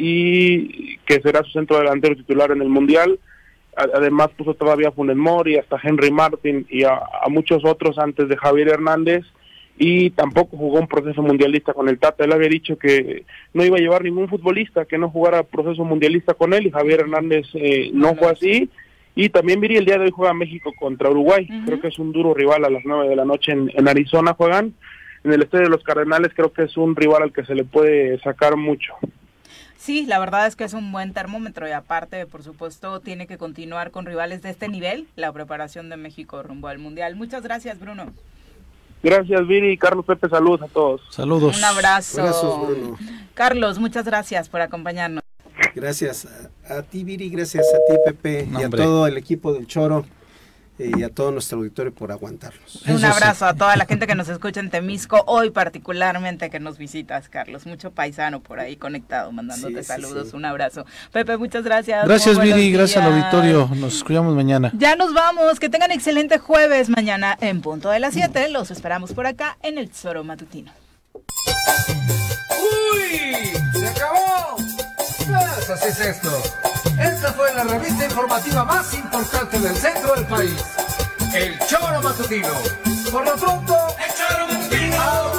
y que será su centro delantero titular en el Mundial. Además puso todavía a Funes Mori, hasta Henry Martin y a muchos otros antes de Javier Hernández, y tampoco jugó un proceso mundialista con el Tata. Él había dicho que no iba a llevar ningún futbolista que no jugara proceso mundialista con él, y Javier Hernández no fue así. Y también el día de hoy juega México contra Uruguay. Creo que es un duro rival. A las 9 de la noche en Arizona juegan, en el estadio de los Cardenales. Creo que es un rival al que se le puede sacar mucho. Sí, la verdad es que es un buen termómetro, y aparte, por supuesto, tiene que continuar con rivales de este nivel la preparación de México rumbo al Mundial. Muchas gracias, Bruno. Gracias, Viri. Carlos, Pepe, saludos a todos. Saludos. Un abrazo. Abrazos, Bruno. Carlos, muchas gracias por acompañarnos. Gracias a ti, Viri, gracias a ti, Pepe, y a todo el equipo del Choro, y a todo nuestro auditorio por aguantarnos. Un abrazo a toda la gente que nos escucha en Temisco, hoy particularmente que nos visitas, Carlos. Mucho paisano por ahí conectado, mandándote saludos. Un abrazo. Pepe, muchas gracias. Gracias, Viri, gracias al auditorio. Nos escuchamos mañana. Ya nos vamos. Que tengan excelente jueves. Mañana en punto de las 7. Los esperamos por acá en el Tesoro Matutino. ¡Uy! ¡Se acabó! Pues así es esto. Esta fue la revista informativa más importante del centro del país. El Choro Matutino. Por lo pronto, el Choro Matutino.